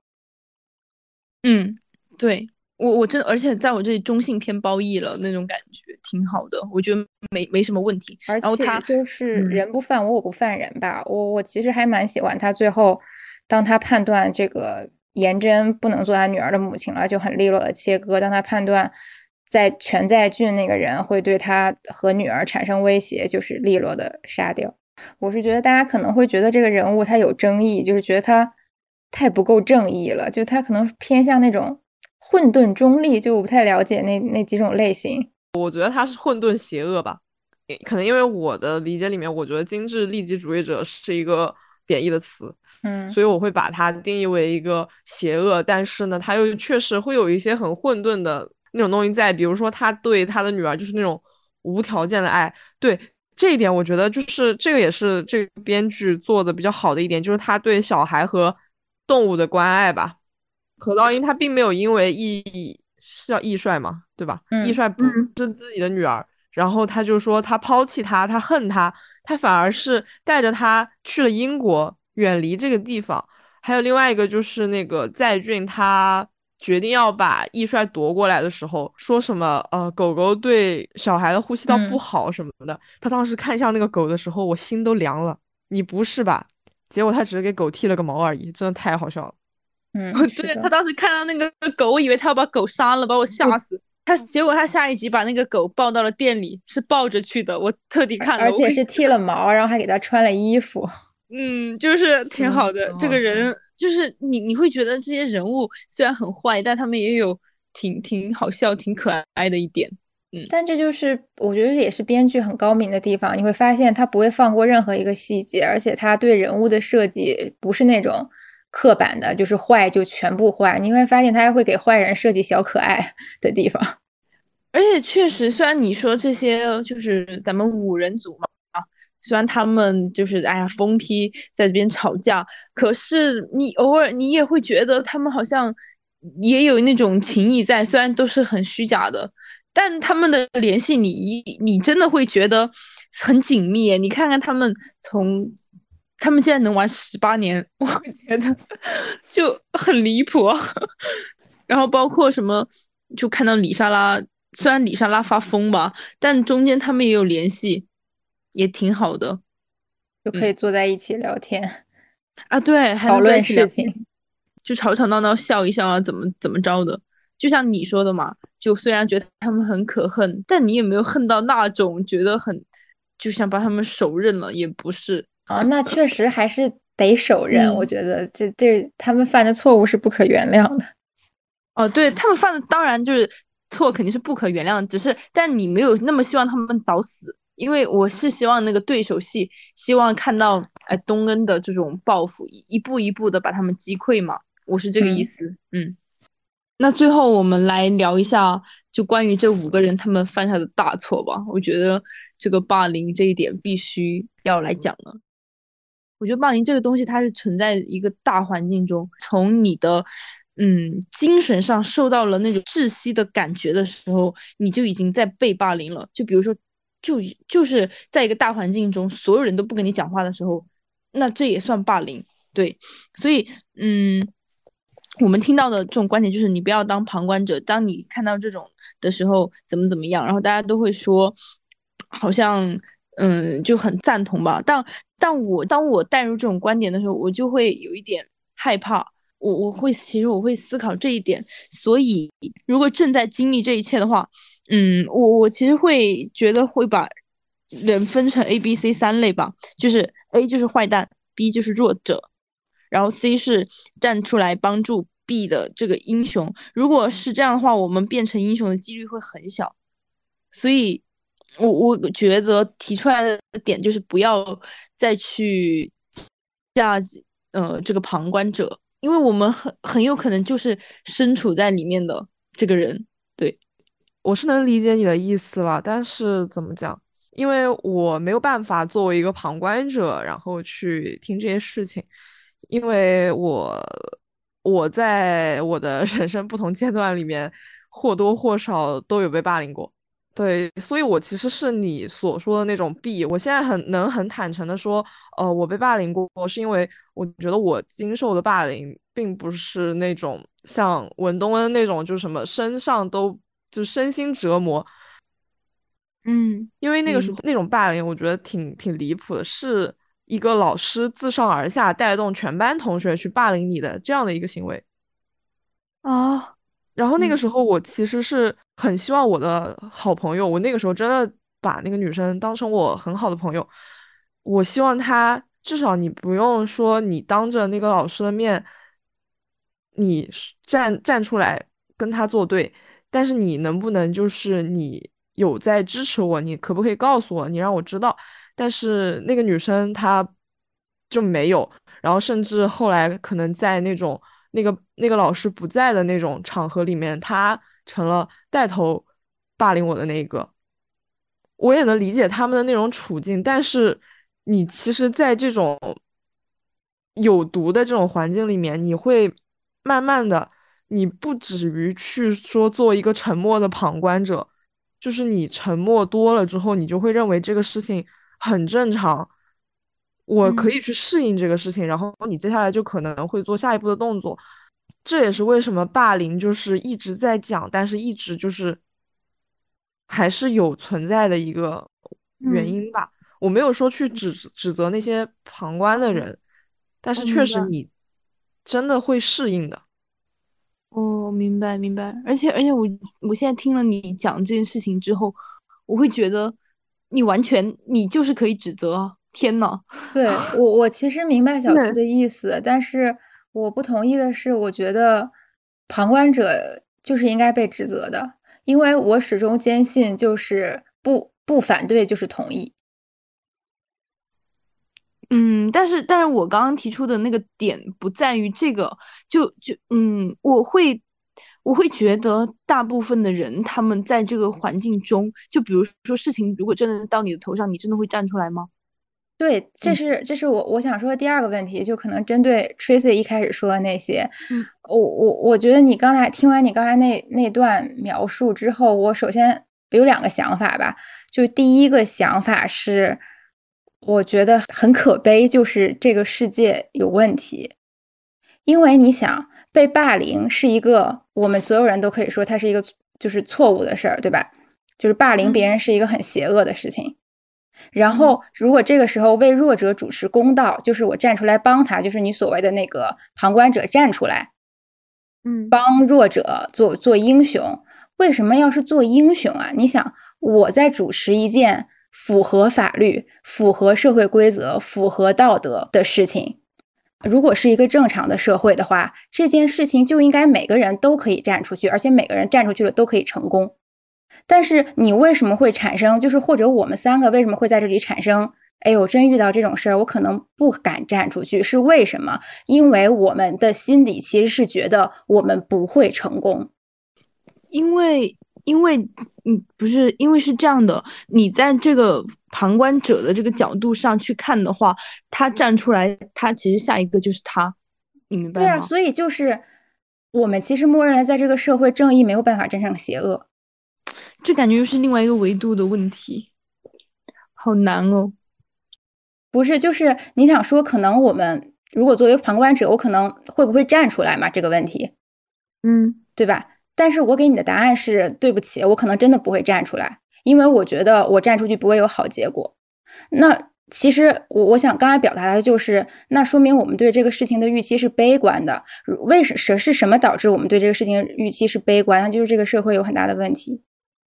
对，我真的，而且在我这里中性偏褒义了那种感觉，挺好的，我觉得没什么问题。 而且就是人不犯我，我不犯人吧。我其实还蛮喜欢他最后，当他判断这个颜真不能做他女儿的母亲了，就很利落的切割。当他判断全在俊那个人会对他和女儿产生威胁，就是利落的杀掉。我是觉得大家可能会觉得这个人物他有争议，就是觉得他太不够正义了，就他可能偏向那种混沌中立，就我不太了解那几种类型。 我觉得他是混沌邪恶吧，可能因为我的理解里面，我觉得精致利己主义者是一个贬义的词， 嗯所以我会把它定义为一个邪恶，但是呢，他又确实会有一些很混沌的那种东西在，比如说他对他的女儿就是那种无条件的爱，对。这一点我觉得就是这个也是这个编剧做的比较好的一点，就是他对小孩和动物的关爱吧。何道英他并没有因为是叫易帅嘛，对吧？易嗯帅不是自己的女儿，然后他就说他抛弃她，他恨她，他反而是带着她去了英国，远离这个地方。还有另外一个就是那个在俊，他决定要把易帅夺过来的时候，说什么狗狗对小孩的呼吸道不嗯好什么的。他当时看向那个狗的时候，我心都凉了。你不是吧？结果他只是给狗剃了个毛而已，真的太好笑了。 嗯，是对，他的， 当时看到那个狗，我以为他要把狗杀了，把我吓死。结果他下一集把那个狗抱到了店里，是抱着去的。我特地看了，我会而且是剃了毛，然后还给他穿了衣服。 就是真的挺好的。 很好笑。 这个人就是你会觉得这些人物虽然很坏，但他们也有挺好笑、挺可爱的一点。 但这就是我觉得也是编剧很高明的地方，你会发现他不会放过任何一个细节，而且他对人物的设计不是那种刻板的，就是坏就全部坏，你会发现他还会给坏人设计小可爱的地方。 而且确实，虽然你说这些就是咱们5人组嘛，虽然他们就是哎呀疯批在这边吵架，可是你偶尔你也会觉得他们好像也有那种情谊在，虽然都是很虚假的，但他们的联系你真的会觉得很紧密耶。你看看他们现在能玩18年，我觉得就很离谱啊。然后包括什么，就看到李莎拉，虽然李莎拉发疯吧，但中间他们也有联系，也挺好的。 就可以坐在一起聊天， 啊，对，还讨论能坐在一起聊天， 事情。 就吵吵闹闹笑一笑啊，怎么着的。就像你说的嘛，就虽然觉得他们很可恨，但你也没有恨到那种觉得就想把他们手刃了，也不是。 啊，那确实还是得手刃，我嗯， 觉得这他们犯的错误是不可原谅的。 哦，对，他们犯的当然就是错，肯定是不可原谅，只是但你没有那么希望他们早死，因为我是希望那个对手戏，希望看到东恩的这种报复，一步一步的把他们击溃嘛，我是这个意嗯， 思。那最后我们来聊一下，就关于这5个人他们犯下的大错吧。我觉得这个霸凌这一点必须要来讲了。我觉得霸凌这个东西，它是存在一个大环境中，从你的精神上受到了那种窒息的感觉的时候，你就已经在被霸凌了。就比如说，就是在一个大环境中，所有人都不跟你讲话的时候，那这也算霸凌。对，所以我们听到的这种观点就是，你不要当旁观者。当你看到这种的时候，怎么样，然后大家都会说，好像就很赞同吧。当我带入这种观点的时候，我就会有一点害怕。其实我会思考这一点。所以，如果正在经历这一切的话，我其实会觉得会把人分成 A、B、C 3类吧，就是 A 就是坏蛋，B 就是弱者，然后 C 是站出来帮助 B 的这个英雄。如果是这样的话，我们变成英雄的几率会很小。所以我觉得提出来的点就是不要再去架这个旁观者，因为我们很有可能就是身处在里面的这个人。对。 我是能理解你的意思了，但是怎么讲？因为我没有办法作为一个旁观者，然后去听这些事情，因为我在我的人生不同阶段里面或多或少都有被霸凌过。对，所以我其实是你所说的那种 B，我现在很坦诚的说，我被霸凌过，是因为我觉得我经受的霸凌并不是那种像文东恩那种，就是什么身上都就身心折磨， 嗯， 因为那个时明候那种霸凌，我觉得挺离谱的，是一个老师自上而下带动全班同学去霸凌你的这样的一个行为。 啊。 然后那个嗯时候，我其实是很希望我的好朋友，我那个时候真的把那个女生当成我很好的朋友。我希望她至少你不用说你当着那个老师的面，你是站出来跟他作对，但是你能不能就是你有在支持我，你可不可以告诉我，你让我知道？但是那个女生她就没有。然后甚至后来可能在那个老师不在的那种场合里面，他成了带头霸凌我的那个。我也能理解他们的那种处境，但是你其实，在这种有毒的这种环境里面，你会慢慢的，你不止于去说做一个沉默的旁观者，就是你沉默多了之后，你就会认为这个事情很正常，我可以去适应这个事情，然后你接下来就可能会做下一步的动作。这也是为什么霸凌就是一直在讲，但是一直就是还是有存在的一个原嗯， 因吧。我没有说去指责那些旁观的人，但是确我明白。 实你真的会适应的。 哦，明白明白，而且我现在听了你讲这件事情之后，我会觉得你就是可以指责啊，天呐， 对，我其实明白小兔对， 的意思，但是我不同意的是，我觉得旁观者就是应该被指责的，因为我始终坚信就是不反对就是同意。 嗯，但是我刚刚提出的那个点不在于这个，我会觉得大部分的人他们在这个环境中，就比如说事情如果真的到你的头上，你真的会站出来吗？ 对，这嗯是我想说的第二个问题，就可能针对 Tracy 一开始说的那些， 嗯我觉得你刚才听完你刚才那段描述之后，我首先有两个想法吧，就第一个想法是，我觉得很可悲，就是这个世界有问题，因为你想被霸凌是一个我们所有人都可以说它是一个就是错误的事儿，对吧？就是霸凌别嗯人是一个很邪恶的事情。然嗯后，如果这个时候为弱者主持公道，就是我站出来帮他，就是你所谓的那个旁观者站出来嗯帮弱者做英雄。为什么要是做英雄啊？你想，我在主持一件符合法律、符合社会规则、符合道德的事情，如果是一个正常的社会的话，这件事情就应该每个人都可以站出去，而且每个人站出去了都可以成功。但是你为什么会产生，就是或者我们三个为什么会在这里产生？哎呦，真遇到这种事儿，我可能不敢站出去，是为什么？因为我们的心底其实是觉得我们不会成功。 因为不是因为是这样的，你在这个旁观者的这个角度上去看的话，他站出来，他其实下一个就是他，你明对啊， 白吗？ 所以就是我们其实默认了，在这个社会，正义没有办法战胜邪恶。 这感觉又是另外一个维度的问题，好难哦。 不是，就是你想说，可能我们如果作为旁观者，我可能会不会站出来嘛？这个问题， 嗯。 对吧？但是我给你的答案是，对不起，我可能真的不会站出来，因为我觉得我站出去不会有好结果。那其实我想刚才表达的就是，那说明我们对这个事情的预期是悲观的。是什么导致我们对这个事情预期是悲观？那就是这个社会有很大的问题。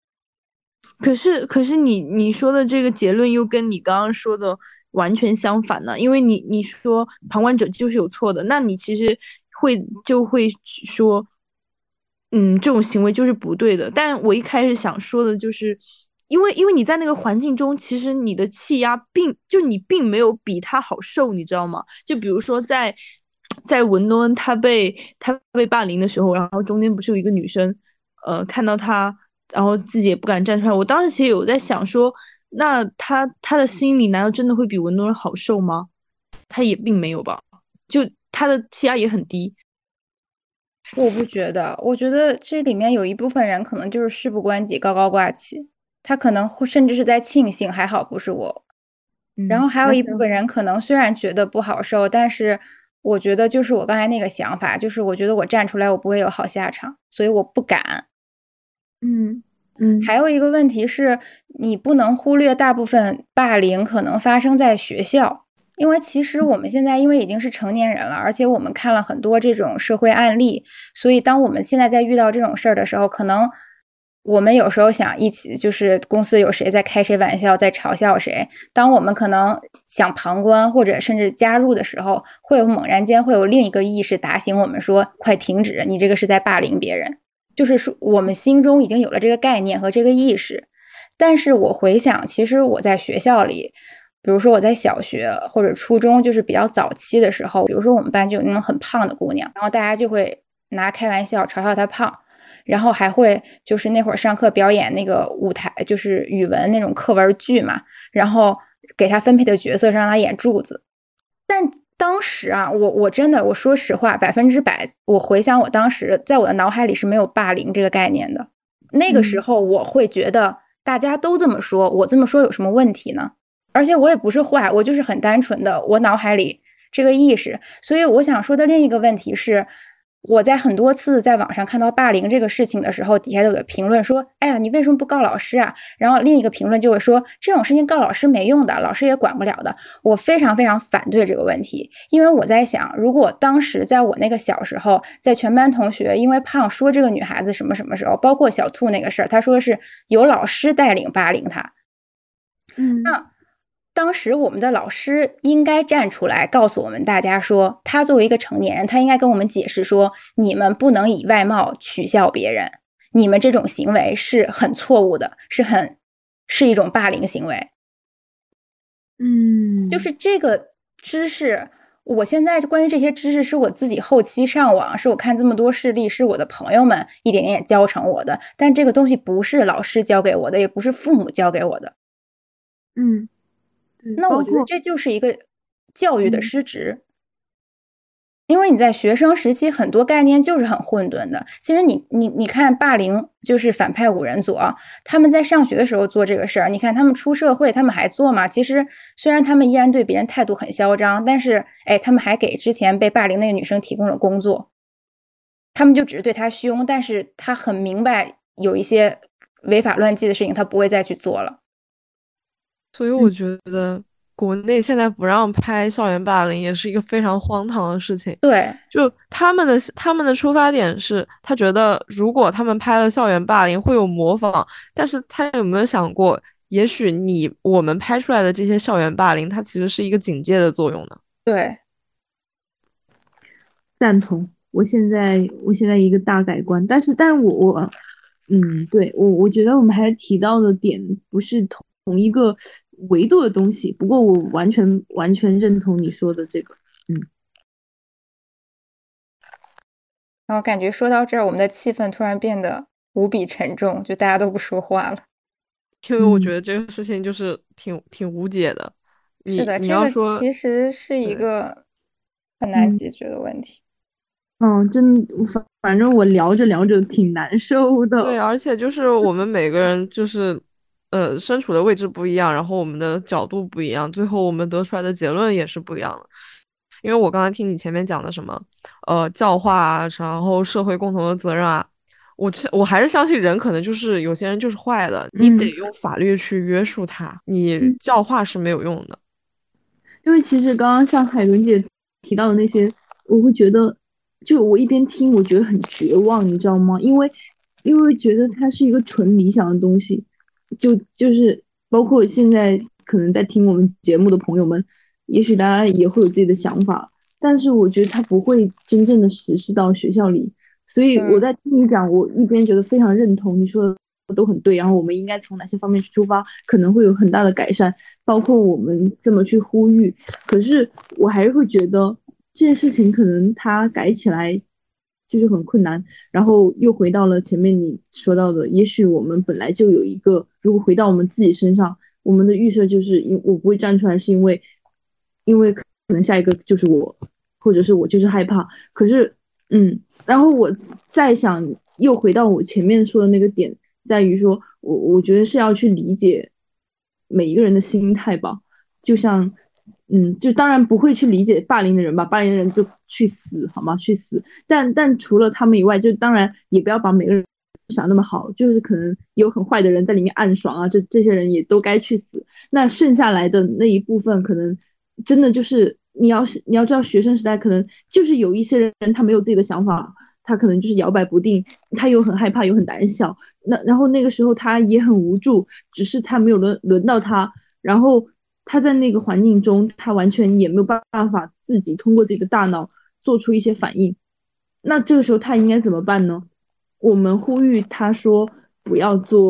可是你说的这个结论又跟你刚刚说的完全相反呢，因为你说旁观者就是有错的，那你其实就会说，这种行为就是不对的。但我一开始想说的就是，因为你在那个环境中，其实你的气压你并没有比他好受，你知道吗？就比如说在文多恩他被霸凌的时候，然后中间不是有一个女生，看到他。然后自己也不敢站出来。我当时其实有在想说，那他的心里难道真的会比文多人好受吗？他也并没有吧，就他的气压也很低。 我不觉得，我觉得这里面有一部分人可能就是事不关己，高高挂起，他可能会甚至是在庆幸还好不是我。然后还有那一部分人可能虽然觉得不好受，但是我觉得就是我刚才那个想法，就是我觉得我站出来我不会有好下场，所以我不敢。 嗯嗯还有一个问题是，你不能忽略大部分霸凌可能发生在学校，因为其实我们现在因为已经是成年人了，而且我们看了很多这种社会案例，所以当我们现在在遇到这种事儿的时候，可能我们有时候想一起，就是公司有谁在开谁玩笑，在嘲笑谁，当我们可能想旁观或者甚至加入的时候，会有猛然间会有另一个意识打醒我们说，快停止，你这个是在霸凌别人。就是说我们心中已经有了这个概念和这个意识。但是我回想，其实我在学校里， 比如说我在小学或者初中，就是比较早期的时候，比如说我们班就有那种很胖的姑娘，然后大家就会拿开玩笑嘲笑她胖，然后还会就是那会儿上课表演那个舞台，就是语文那种课文剧嘛，然后给她分配的角色是让她演柱子。但当时啊，我真的我说实话100%，我回想我当时在我的脑海里是没有霸凌这个概念的。那个时候我会觉得大家都这么说，我这么说有什么问题呢？而且我也不是坏，我就是很单纯的我脑海里这个意识。所以我想说的另一个问题是，我在很多次在网上看到霸凌这个事情的时候，底下都有评论说，哎呀，你为什么不告老师啊？然后另一个评论就会说，这种事情告老师没用的，老师也管不了的。我非常非常反对这个问题，因为我在想，如果当时在我那个小时候，在全班同学因为胖说这个女孩子什么什么时候，包括小兔那个事儿，他说是有老师带领霸凌她，那当时我们的老师应该站出来告诉我们大家说，他作为一个成年人，他应该跟我们解释说，你们不能以外貌取笑别人，你们这种行为是很错误的，是一种霸凌行为。就是这个知识，我现在关于这些知识是我自己后期上网，是我看这么多事例，是我的朋友们一点点教成我的，但这个东西不是老师教给我的，也不是父母教给我的。那我觉得这就是一个教育的失职。因为你在学生时期很多概念就是很混沌的。其实你看霸凌就是反派五人组啊，他们在上学的时候做这个事儿，你看他们出社会他们还做吗？其实虽然他们依然对别人态度很嚣张，但是他们还给之前被霸凌那个女生提供了工作。他们就只是对她凶，但是他很明白有一些违法乱纪的事情他不会再去做了。 所以我觉得国内现在不让拍校园霸凌也是一个非常荒唐的事情。 对， 就他们的出发点是，他觉得如果他们拍了校园霸凌会有模仿，但是他有没有想过，也许我们拍出来的这些校园霸凌，它其实是一个警戒的作用呢？ 对， 赞同。我现在一个大改观，但是对我觉得我们还是提到的点不是同一个维度的东西。不过我完全认同你说的这个。 然后感觉说到这儿，我们的气氛突然变得无比沉重，就大家都不说话了。 因为我觉得这个事情就是挺无解的。 是的，这个其实是一个很难解决的问题。 反正我聊着聊着挺难受的。 对，而且就是我们每个人就是身处的位置不一样，然后我们的角度不一样，最后我们得出来的结论也是不一样的。因为我刚才听你前面讲的什么教化啊，然后社会共同的责任啊，我还是相信人可能就是有些人就是坏的，你得用法律去约束他，你教化是没有用的。 因为其实刚刚像海伦姐提到的那些，我会觉得，就我一边听，我觉得很绝望，你知道吗？因为觉得它是一个纯理想的东西，就是包括现在可能在听我们节目的朋友们，也许大家也会有自己的想法，但是我觉得它不会真正的实施到学校里。所以我在听你讲，我一边觉得非常认同你说的都很对，然后我们应该从哪些方面去出发，可能会有很大的改善，包括我们这么去呼吁。可是我还是会觉得这件事情可能它改起来就是很困难，然后又回到了前面你说到的，也许我们本来就有一个，如果回到我们自己身上，我们的预设就是我不会站出来，是因为可能下一个就是我，或者是我就是害怕。可是然后我再想又回到我前面说的那个点，在于说我觉得是要去理解每一个人的心态吧。就像就当然不会去理解霸凌的人吧，霸凌的人就去死好吗？去死。但除了他们以外，就当然也不要把每个人想那么好，就是可能有很坏的人在里面暗爽啊，这些人也都该去死。那剩下来的那一部分，可能真的就是你要知道，学生时代可能就是有一些人他没有自己的想法，他可能就是摇摆不定，他又很害怕又很胆小。然后那个时候他也很无助，只是他没有轮到他，然后他在那个环境中，他完全也没有办法自己通过自己的大脑做出一些反应。那这个时候他应该怎么办呢？我们呼吁他说不要做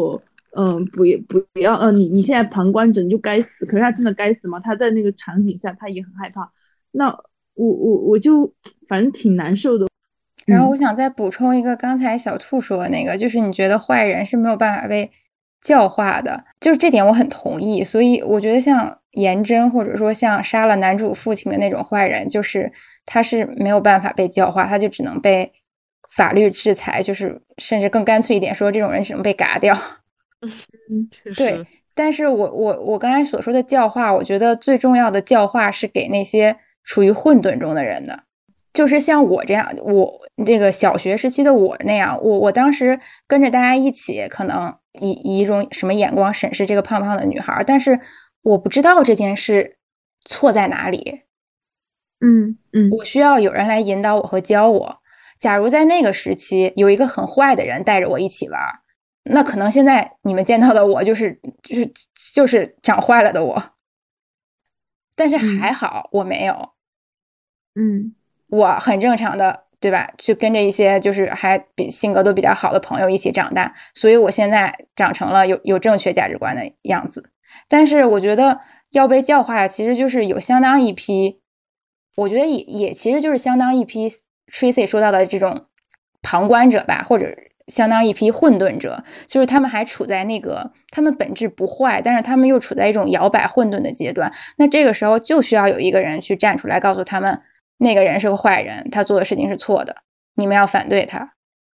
不要，你现在旁观者你就该死，可是他真的该死吗？他在那个场景下他也很害怕，那我就反正挺难受的。 然后我想再补充一个，刚才小兔说的那个，就是你觉得坏人是没有办法被教化的，就是这点我很同意。所以我觉得像颜真，或者说像杀了男主父亲的那种坏人，就是他是没有办法被教化，他就只能被法律制裁，就是甚至更干脆一点说，这种人只能被嘎掉。 确对， 实， 但是我刚才所说的教化，我觉得最重要的教化是给那些处于混沌中的人的。就是像我这样，我这个小学时期的我那样，我当时跟着大家一起，可能以一种什么眼光审视这个胖胖的女孩，但是我不知道这件事错在哪里，我需要有人来引导我和教我。假如在那个时期有一个很坏的人带着我一起玩，那可能现在你们见到的我就是长坏了的我，但是还好我没有。我很正常的，对吧？去跟着一些就是还性格都比较好的朋友一起长大，所以我现在长成了有正确价值观的样子。但是我觉得要被教化，其实就是有相当一批，我觉得也其实就是相当一批 Tracy 说到的这种旁观者吧，或者相当一批混沌者，就是他们还处在那个他们本质不坏，但是他们又处在一种摇摆混沌的阶段。那这个时候就需要有一个人去站出来告诉他们，那个人是个坏人，他做的事情是错的，你们要反对他。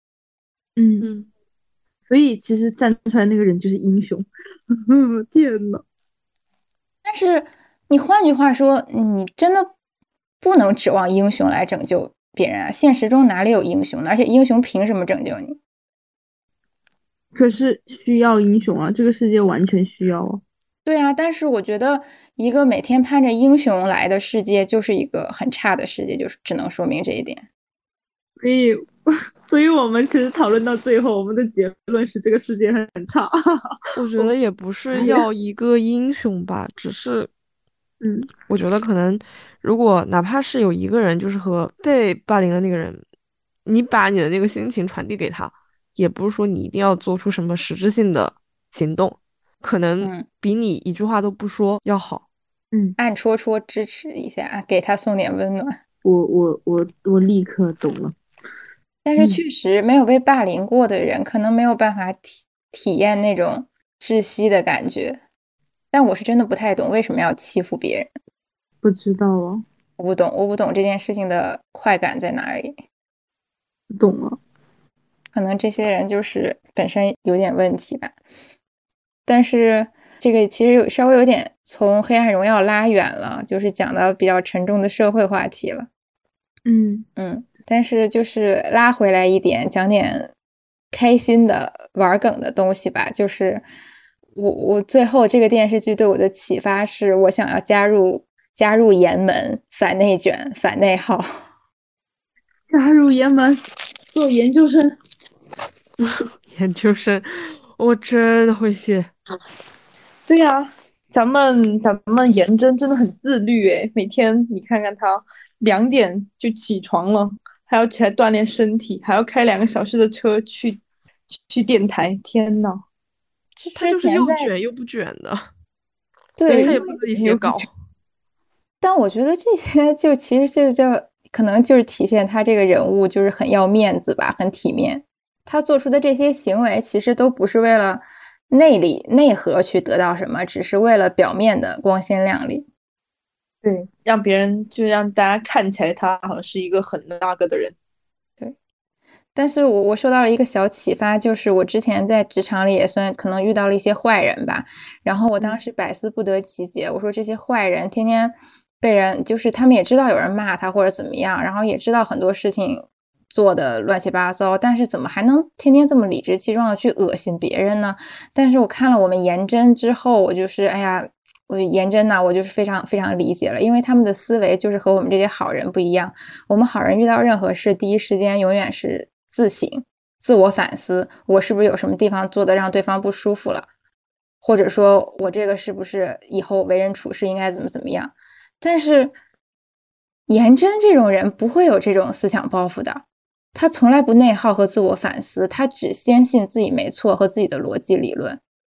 所以其实站出来那个人就是英雄。天呐， 但是你换句话说，你真的不能指望英雄来拯救别人啊！现实中哪里有英雄呢？而且英雄凭什么拯救你？ 可是需要英雄啊，这个世界完全需要啊。 对啊，但是我觉得一个每天盼着英雄来的世界，就是一个很差的世界，就是只能说明这一点。 所以，所以我们其实讨论到最后，我们的结论是这个世界很差。 我觉得也不是要一个英雄吧，只是，我觉得可能如果哪怕是有一个人，就是和被霸凌的那个人，你把你的那个心情传递给他，也不是说你一定要做出什么实质性的行动，可能比你一句话都不说要好。 暗戳戳支持一下，给他送点温暖。 我立刻懂了。 但是确实没有被霸凌过的人，可能没有办法体验那种窒息的感觉。但我是真的不太懂为什么要欺负别人。 不知道啊。 我不懂这件事情的快感在哪里。 懂了。 可能这些人就是本身有点问题吧。但是这个其实稍微有点从《黑暗荣耀》拉远了，就是讲到比较沉重的社会话题了。但是就是拉回来一点，讲点开心的玩梗的东西吧。就是我最后这个电视剧对我的启发是，我想要加入研门，反内卷，反内耗。 加入研门，做研究生。 研究生，我真的会谢。 对呀，咱们颜真的很自律诶，每天你看看他2点就起床了，还要起来锻炼身体，还要开2个小时的车去电台。天呐， 他就是又卷又不卷的， 对， 他也不自己写稿。 但我觉得这些就其实就可能就是体现他这个人物就是很要面子吧，很体面。他做出的这些行为其实都不是为了内核去得到什么，只是为了表面的光鲜亮丽。 对，让别人就让大家看起来他好像是一个很那个的人。 对，但是我受到了一个小启发，就是我之前在职场里也算可能遇到了一些坏人吧，然后我当时百思不得其解，我说这些坏人天天被人，就是他们也知道有人骂他或者怎么样，然后也知道很多事情做的乱七八糟，但是怎么还能天天这么理直气壮的去恶心别人呢？但是我看了我们颜真之后，我就是哎呀，我颜真呐，我就是非常非常理解了，因为他们的思维就是和我们这些好人不一样。我们好人遇到任何事，第一时间永远是自省、自我反思，我是不是有什么地方做的让对方不舒服了，或者说我这个是不是以后为人处事应该怎么样？但是颜真这种人不会有这种思想包袱的，他从来不内耗和自我反思，他只坚信自己没错和自己的逻辑理论。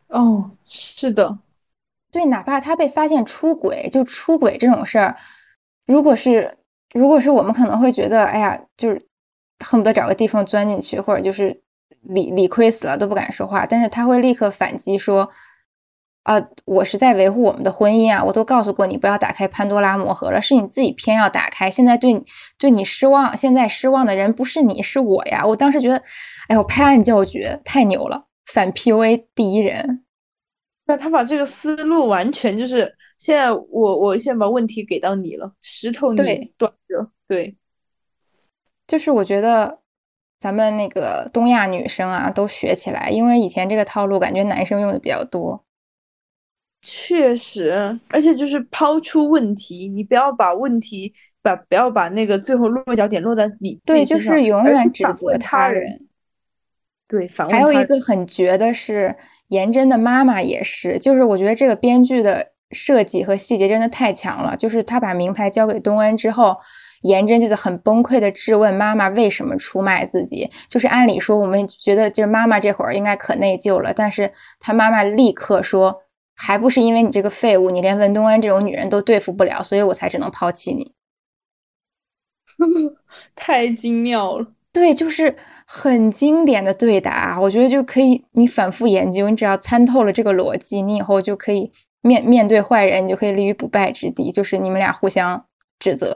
哦，是的， 对，哪怕他被发现出轨，就出轨这种事儿，如果是我们可能会觉得，哎呀，就是恨不得找个地缝钻进去，或者就是理亏死了都不敢说话，但是他会立刻反击说，啊，我是在维护我们的婚姻啊，我都告诉过你不要打开潘多拉魔盒了，是你自己偏要打开，现在对你失望，现在失望的人不是你是我呀，我当时觉得，哎呦，拍案叫绝，太牛了，反 PUA 第一人。 那他把这个思路完全就是现在我现在把问题给到你了，石头你对， 端着，对， 就是我觉得咱们那个东亚女生啊都学起来，因为以前这个套路感觉男生用的比较多。 确实，而且就是抛出问题，你不要把问题不要把那个最后落脚点落在你自对， 己身上， 就是永而是远指责反问他人， 他人。 对，反还有一问他人， 个很绝的是，颜真的妈妈也是，就是我觉得这个编剧的设计和细节真的太强了。就是他把名牌交给东恩之后，颜真就是很崩溃的质问妈妈为什么出卖自己。就是按理说我们觉得就是妈妈这会儿应该可内疚了，但是他妈妈立刻说，还不是因为你这个废物，你连文东恩这种女人都对付不了，所以我才只能抛弃你。 太精妙了。 对，就是很经典的对答，我觉得就可以你反复研究，你只要参透了这个逻辑，你以后就可以面对坏人，你就可以立于不败之地，就是你们俩互相指责。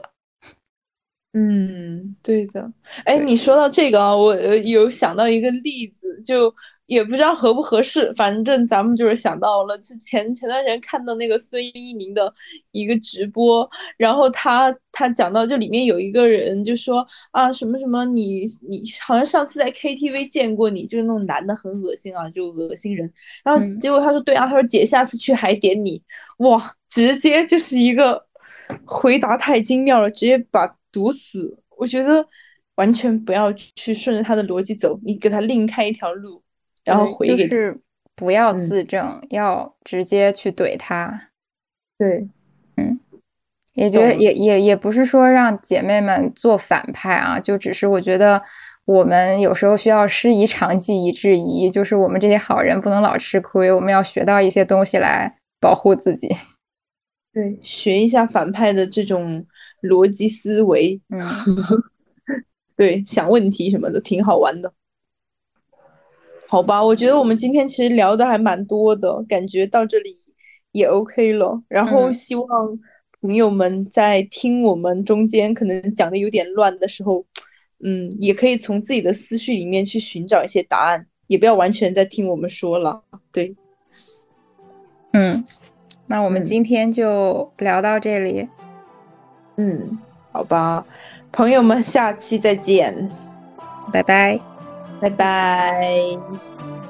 嗯，对的。哎， 对， 你说到这个啊，我有想到一个例子，就也不知道合不合适，反正咱们就是想到了。之前段时间看到那个孙一宁的一个直播，然后他讲到，就里面有一个人就说啊什么什么你好像上次在 KTV 见过你，就是那种男的很恶心啊，就恶心人。然后嗯， 结果他说对啊，他说姐下次去还点你，哇，直接就是一个回答太精妙了，直接把堵死。我觉得完全不要去顺着他的逻辑走，你给他另开一条路，然后对， 回给他。 就是不要嗯， 自证，要直接去怼他。 对， 嗯。也觉得懂了。 也不是说让姐妹们做反派啊，就只是我觉得我们有时候需要师夷长技以制夷，就是我们这些好人不能老吃亏，我们要学到一些东西来保护自己。 对，学一下反派的这种逻辑思维， 嗯对，想问题什么的，挺好玩的。好吧，我觉得我们今天其实聊的还蛮多的，感觉到这里也 OK 了。然后嗯， 希望朋友们在听我们中间可能讲的有点乱的时候，也可以从自己的思绪里面去寻找一些答案，也不要完全在听我们说了。对， 嗯，那我们嗯今天就聊到这里， 嗯，好吧，朋友们，下期再见， 拜拜。 拜拜。